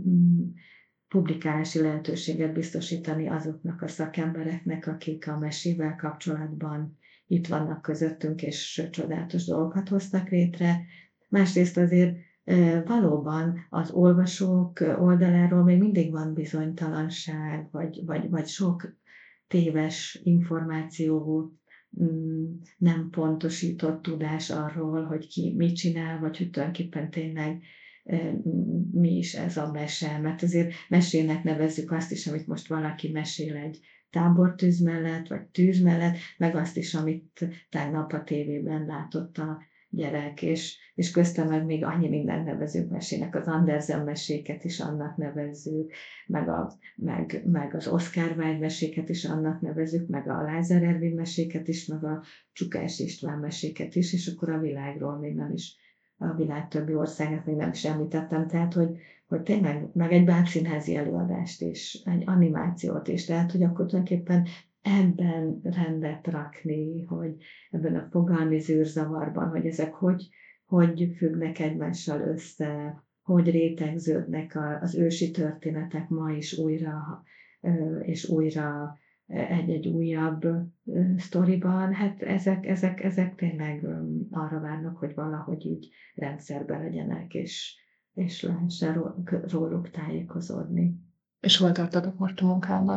[SPEAKER 2] publikálási lehetőséget biztosítani azoknak a szakembereknek, akik a mesével kapcsolatban itt vannak közöttünk, és csodálatos dolgokat hoztak létre. Másrészt azért valóban az olvasók oldaláról még mindig van bizonytalanság, vagy, vagy, vagy sok téves információ, nem pontosított tudás arról, hogy ki mit csinál, vagy hogy tulajdonképpen tényleg mi is ez a mese. Mert azért mesének nevezzük azt is, amit most valaki mesél egy tábortűz mellett, vagy tűz mellett, meg azt is, amit tegnap a tévében látott a gyerek, és, és köztem meg még annyi mindent nevezünk mesének, az Andersen meséket is annak nevezzük, meg, a, meg, meg az Oscar Wilde meséket is annak nevezzük, meg a Lázár Ervin meséket is, meg a Csukás István meséket is, és akkor a világról még nem is, a világ többi országát még nem is említettem, tehát hogy, hogy tényleg, meg egy bábszínházi előadást is, egy animációt is, tehát hogy akkor tulajdonképpen ebben rendet rakni, hogy ebben a fogalmi zűrzavarban, hogy ezek hogy, hogy függnek egymással össze, hogy rétegződnek az ősi történetek ma is újra és újra egy-egy újabb sztoriban, hát ezek, ezek, ezek tényleg arra várnak, hogy valahogy így rendszerbe legyenek, és, és lehessen róluk tájékozódni.
[SPEAKER 1] És hol tartotok most a munkában?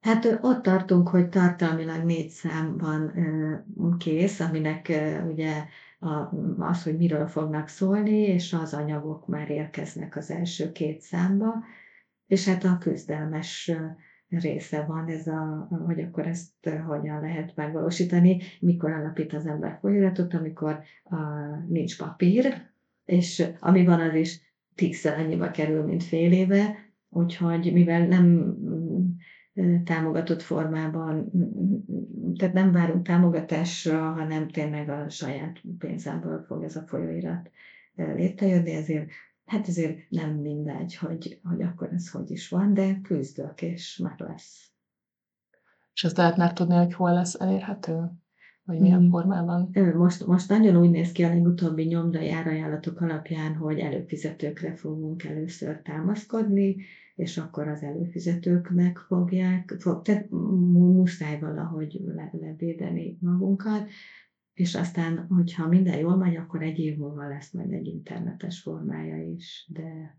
[SPEAKER 2] Hát ö, ott tartunk, hogy tartalmilag négy szám van ö, kész, aminek ö, ugye a, az, hogy miről fognak szólni, és az anyagok már érkeznek az első két számba, és hát a küzdelmes ö, része van, ez a, hogy akkor ezt ö, hogyan lehet megvalósítani, mikor alapít az ember folyóiratot, amikor a, nincs papír, és ami van, az is tízszer annyiba kerül, mint fél éve, úgyhogy mivel nem mm, ö, támogatott formában, mm, tehát nem várunk támogatásra, hanem tényleg a saját pénzemből fog ez a folyóirat ö, létrejönni, ezért hát ezért nem mindegy, hogy, hogy akkor ez hogy is van, de küzdök, és meg lesz.
[SPEAKER 1] És ezt lehet már tudni, hogy hol lesz elérhető? Vagy milyen
[SPEAKER 2] Mm.
[SPEAKER 1] formában?
[SPEAKER 2] Ö, Most, most nagyon úgy néz ki a legutóbbi nyomdai árajánlatok alapján, hogy előfizetőkre fogunk először támaszkodni, és akkor az előfizetőknek fogják, fog, tehát mu- muszáj valahogy le, levédeni magunkat, és aztán, hogyha minden jól megy, akkor egy év múlva lesz majd egy internetes formája is, de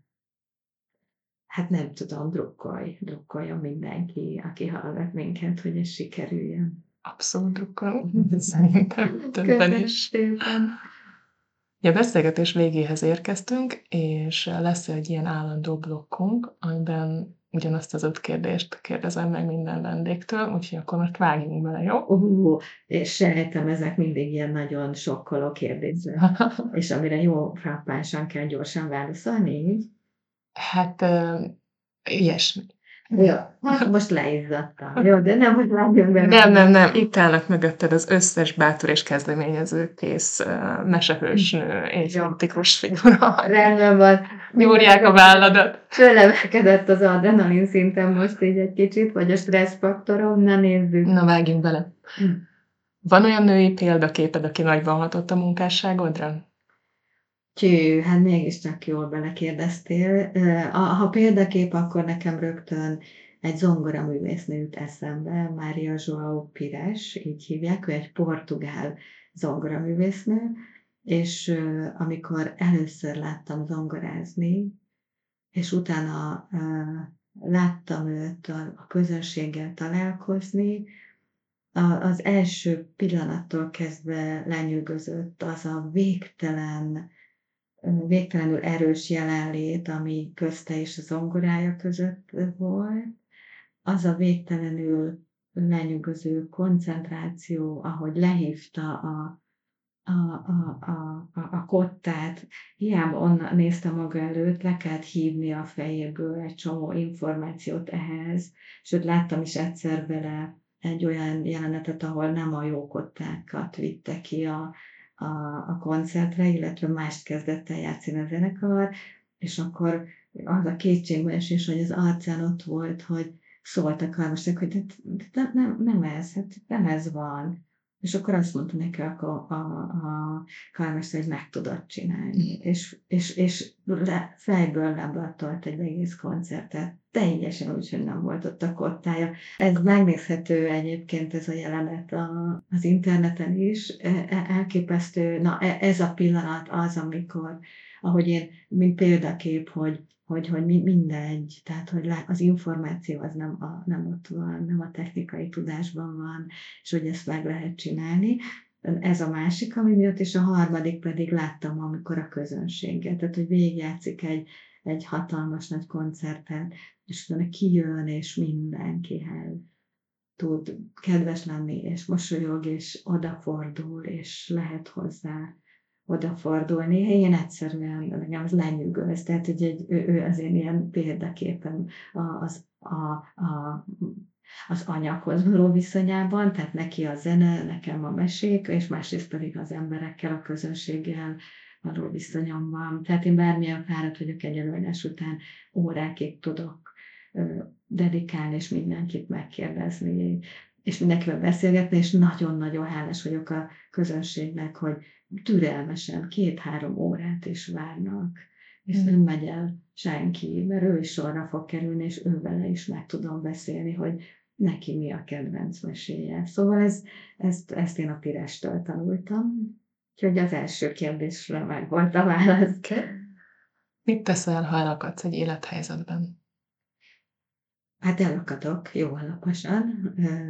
[SPEAKER 2] hát nem tudom, drukkolj, drukkoljon mindenki, aki hallgat minket, hogy ez sikerüljön.
[SPEAKER 1] Abszolút drukkolom. Szerintem többen
[SPEAKER 2] Köszönöm
[SPEAKER 1] is.
[SPEAKER 2] szépen.
[SPEAKER 1] Ja, a beszélgetés végéhez érkeztünk, és lesz egy ilyen állandó blokkunk, amiben ugyanazt az öt kérdést kérdezem meg minden vendégtől, úgyhogy akkor most vágjunk bele, jó?
[SPEAKER 2] Ó, és sejtem, ezek mindig ilyen nagyon sokkoló kérdések, és amire jó frappánsan kell gyorsan válaszolni, így?
[SPEAKER 1] Hát, ö, ilyesmi.
[SPEAKER 2] Jó, hát most leizzadtam. Jó, de nem, hogy vágjunk bele.
[SPEAKER 1] Nem, nem, nem. Itt állnak mögötted az összes bátor és kezdeményező kész uh, mesehősnő és
[SPEAKER 2] Jó.
[SPEAKER 1] antikus figura.
[SPEAKER 2] Rendben van.
[SPEAKER 1] Nyúrják a válladat.
[SPEAKER 2] Fölemelkedett az adrenalin szintem most így egy kicsit, vagy a stresszfaktorom, na nézzük.
[SPEAKER 1] Na, vágjunk bele.
[SPEAKER 2] Hm.
[SPEAKER 1] Van olyan női példaképed, aki nagyban hatott a munkásságodra?
[SPEAKER 2] Tjű, hát mégiscsak jól belekérdeztél. Ö, a- Ha példakép, akkor nekem rögtön egy zongoraművésznő jut eszembe, Mária João Pires, így hívják, ő egy portugál zongoraművésznő, és ö, amikor először láttam zongorázni, és utána ö, láttam őt a, a közönséggel találkozni, a- az első pillanattól kezdve lenyűgözött az a végtelen, végtelenül erős jelenlét, ami közte és a zongorája között volt, az a végtelenül lenyűgöző koncentráció, ahogy lehívta a, a, a, a, a, a kottát, hiába onnan nézte maga előtt, le kellett hívni a fejéből egy csomó információt ehhez, sőt láttam is egyszer vele egy olyan jelenetet, ahol nem a jó kottákat vitte ki a, a, a koncertre, illetve mást kezdett el játszani a zenekar, és akkor az a kétségbeesés, hogy az arcán ott volt, hogy szóltak Karmosnak, hogy nem, nem, nem ez, hát nem ez van. És akkor azt mondta neki a, a, a karmester, hogy meg tudod csinálni. És, és, és le, fejből leblattolt egy egész koncertet. Teljesen úgy, hogy nem volt ott a kottája. Ez megnézhető egyébként ez a jelenet a, az interneten is. E- e- Elképesztő. Na, e- ez a pillanat az, amikor, ahogy én, mint példakép, hogy hogy, hogy mi- mindegy, tehát hogy lá- az információ az nem, a, nem ott van, nem a technikai tudásban van, és hogy ezt meg lehet csinálni. Ez a másik, ami miatt, és a harmadik pedig láttam, amikor a közönséget, tehát hogy végigjátszik egy, egy hatalmas nagy koncerten, és utána kijön, és mindenkihez tud kedves lenni, és mosolyog, és odafordul, és lehet hozzá odafordulni. Én egyszerűen, nekem az lenyűgöz, tehát hogy egy, ő, ő az én ilyen példaképen az, a, a, az anyaghoz való viszonyában, tehát neki a zene, nekem a mesék, és másrészt pedig az emberekkel, a közönséggel való viszonyomban. Tehát én bármilyen fáradt vagyok egy előadás után, órákig tudok ö, dedikálni, és mindenkit megkérdezni, és mindenkivel beszélgetni, és nagyon-nagyon hálás vagyok a közönségnek, hogy türelmesen két-három órát is várnak, és
[SPEAKER 1] Mm.
[SPEAKER 2] nem megy el senki, mert ő is sorra fog kerülni, és ő vele is meg tudom beszélni, hogy neki mi a kedvenc meséje. Szóval ez, ezt, ezt én a Pirestől tanultam, úgyhogy az első kérdésre meg volt a válasz.
[SPEAKER 1] Okay. Mit teszel, ha elakadsz egy élethelyzetben?
[SPEAKER 2] Hát elakadok jó alaposan,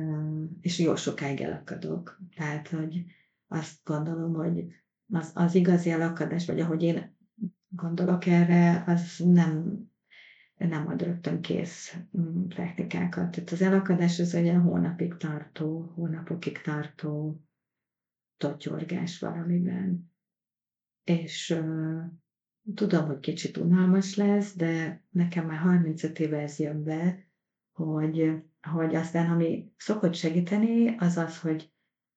[SPEAKER 2] és jó sokáig elakadok. Tehát, hogy azt gondolom, hogy az, az igazi elakadás, vagy ahogy én gondolok erre, az nem, nem ad rögtön kész technikákat. Tehát az elakadás az olyan hónapig tartó, hónapokig tartó tottyorgás valamiben. És uh, tudom, hogy kicsit unalmas lesz, de nekem már harmincöt éve ez jön be, hogy, hogy aztán, ami szokott segíteni, az az, hogy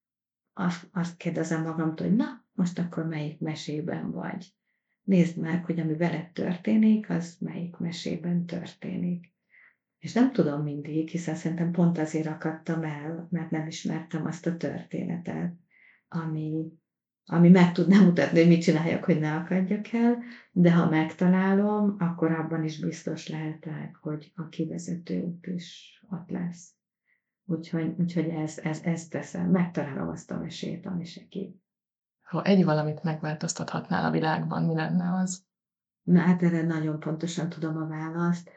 [SPEAKER 2] azt, azt kérdezem magamtól, hogy na, most akkor melyik mesében vagy. Nézd meg, hogy ami veled történik, az melyik mesében történik. És nem tudom mindig, hiszen szerintem pont azért akadtam el, mert nem ismertem azt a történetet, ami, ami meg tudná mutatni, hogy mit csináljak, hogy ne akadjak el, de ha megtalálom, akkor abban is biztos lehetek, hogy a kivezető út is ott lesz. Úgyhogy, úgyhogy ez, ez, ezt teszem, megtalálom azt a mesét, ami segít.
[SPEAKER 1] Ha egy valamit megváltoztathatnál a világban, mi lenne az?
[SPEAKER 2] Na hát erre nagyon pontosan tudom a választ.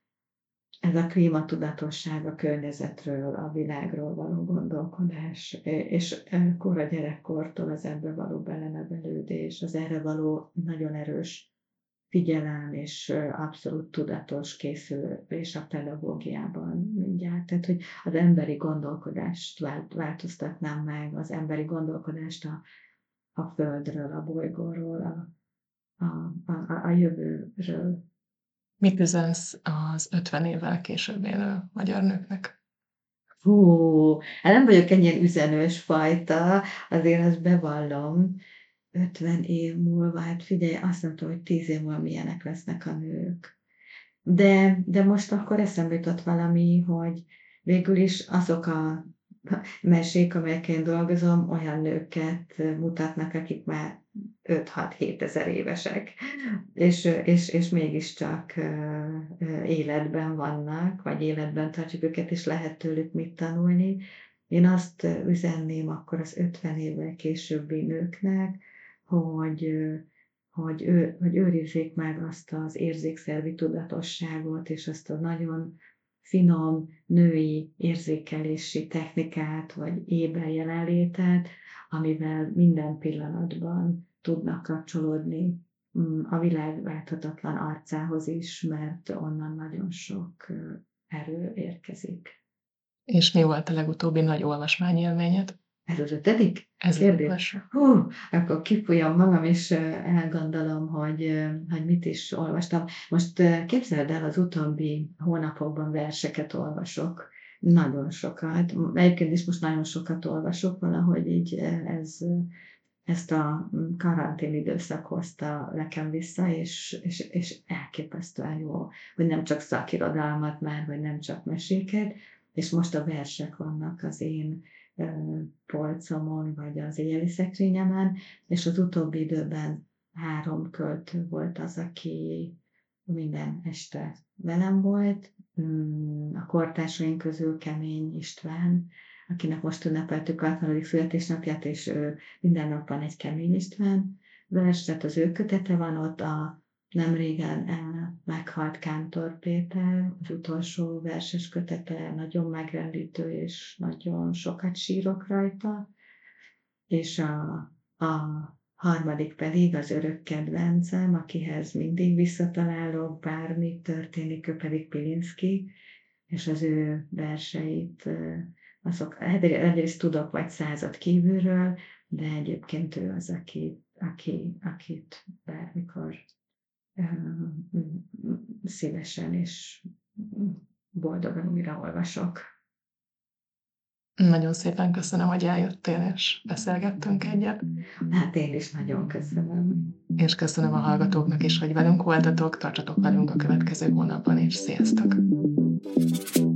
[SPEAKER 2] Ez a klímatudatosság, a környezetről, a világról való gondolkodás, és kora gyerekkortól az ebbe való belenevelődés, az erre való nagyon erős figyelem és abszolút tudatos készülés a pedagógiában mindjárt. Tehát, hogy az emberi gondolkodást változtatnám meg, az emberi gondolkodást a, a földről, a bolygóról, a, a, a, a jövőről.
[SPEAKER 1] Mit üzensz az ötven évvel később élő magyar nőknek?
[SPEAKER 2] Hú, hát nem vagyok ennyien üzenős fajta, azért azt bevallom, ötven év múlva, hát figyelj, azt nem tudom, hogy tíz év múlva milyenek lesznek a nők. De, de most akkor eszembe jutott valami, hogy végül is azok a mesék, amelyeken én dolgozom, olyan nőket mutatnak, akik már öt-hat-hét ezer évesek, és, és, és mégiscsak életben vannak, vagy életben tartjuk őket, és lehet tőlük mit tanulni. Én azt üzenném akkor az ötven évvel későbbi nőknek, hogy, hogy, ő, hogy őrizzék meg azt az érzékszervi tudatosságot, és azt a nagyon finom női érzékelési technikát, vagy éber jelenlétet, amivel minden pillanatban tudnak kapcsolódni a világ válthatatlan arcához is, mert onnan nagyon sok erő érkezik.
[SPEAKER 1] És mi volt a legutóbbi nagy olvasmányélményed?
[SPEAKER 2] Ez az ötödik
[SPEAKER 1] Ez
[SPEAKER 2] kérdés? Hú, akkor kifújom magam, és elgondolom, hogy, hogy mit is olvastam. Most képzeld el, az utóbbi hónapokban verseket olvasok. Nagyon sokat. Egyébként is most nagyon sokat olvasok, valahogy így ez, ezt a karantén időszak hozta nekem vissza, és, és, és elképesztően jó, hogy nem csak szakirodalmat már, vagy nem csak meséket, és most a versek vannak az én polcomon, vagy az éjjeli szekrényemen, és az utóbbi időben három költő volt az, aki minden este velem volt. A kortársaink közül Kemény István, akinek most ünnepeltük a hatvanadik születésnapját, és ő minden nap van egy Kemény István vers, tehát az ő kötete van ott, a nem régen meghalt Kántor Péter, az utolsó verses kötete, nagyon megrendítő, és nagyon sokat sírok rajta, és a, a harmadik pedig az örök kedvencem, akihez mindig visszatalálok, bármi történik, ő pedig Pilinszky, és az ő verseit, azok, egyrészt tudok vagy század kívülről, de egyébként ő az, aki, aki, akit bármikor szívesen és boldogan újra olvasok.
[SPEAKER 1] Nagyon szépen köszönöm, hogy eljöttél, és beszélgettünk egyet.
[SPEAKER 2] Hát én is nagyon köszönöm.
[SPEAKER 1] És köszönöm a hallgatóknak is, hogy velünk voltatok, tartsatok velünk a következő hónapban, és sziasztok!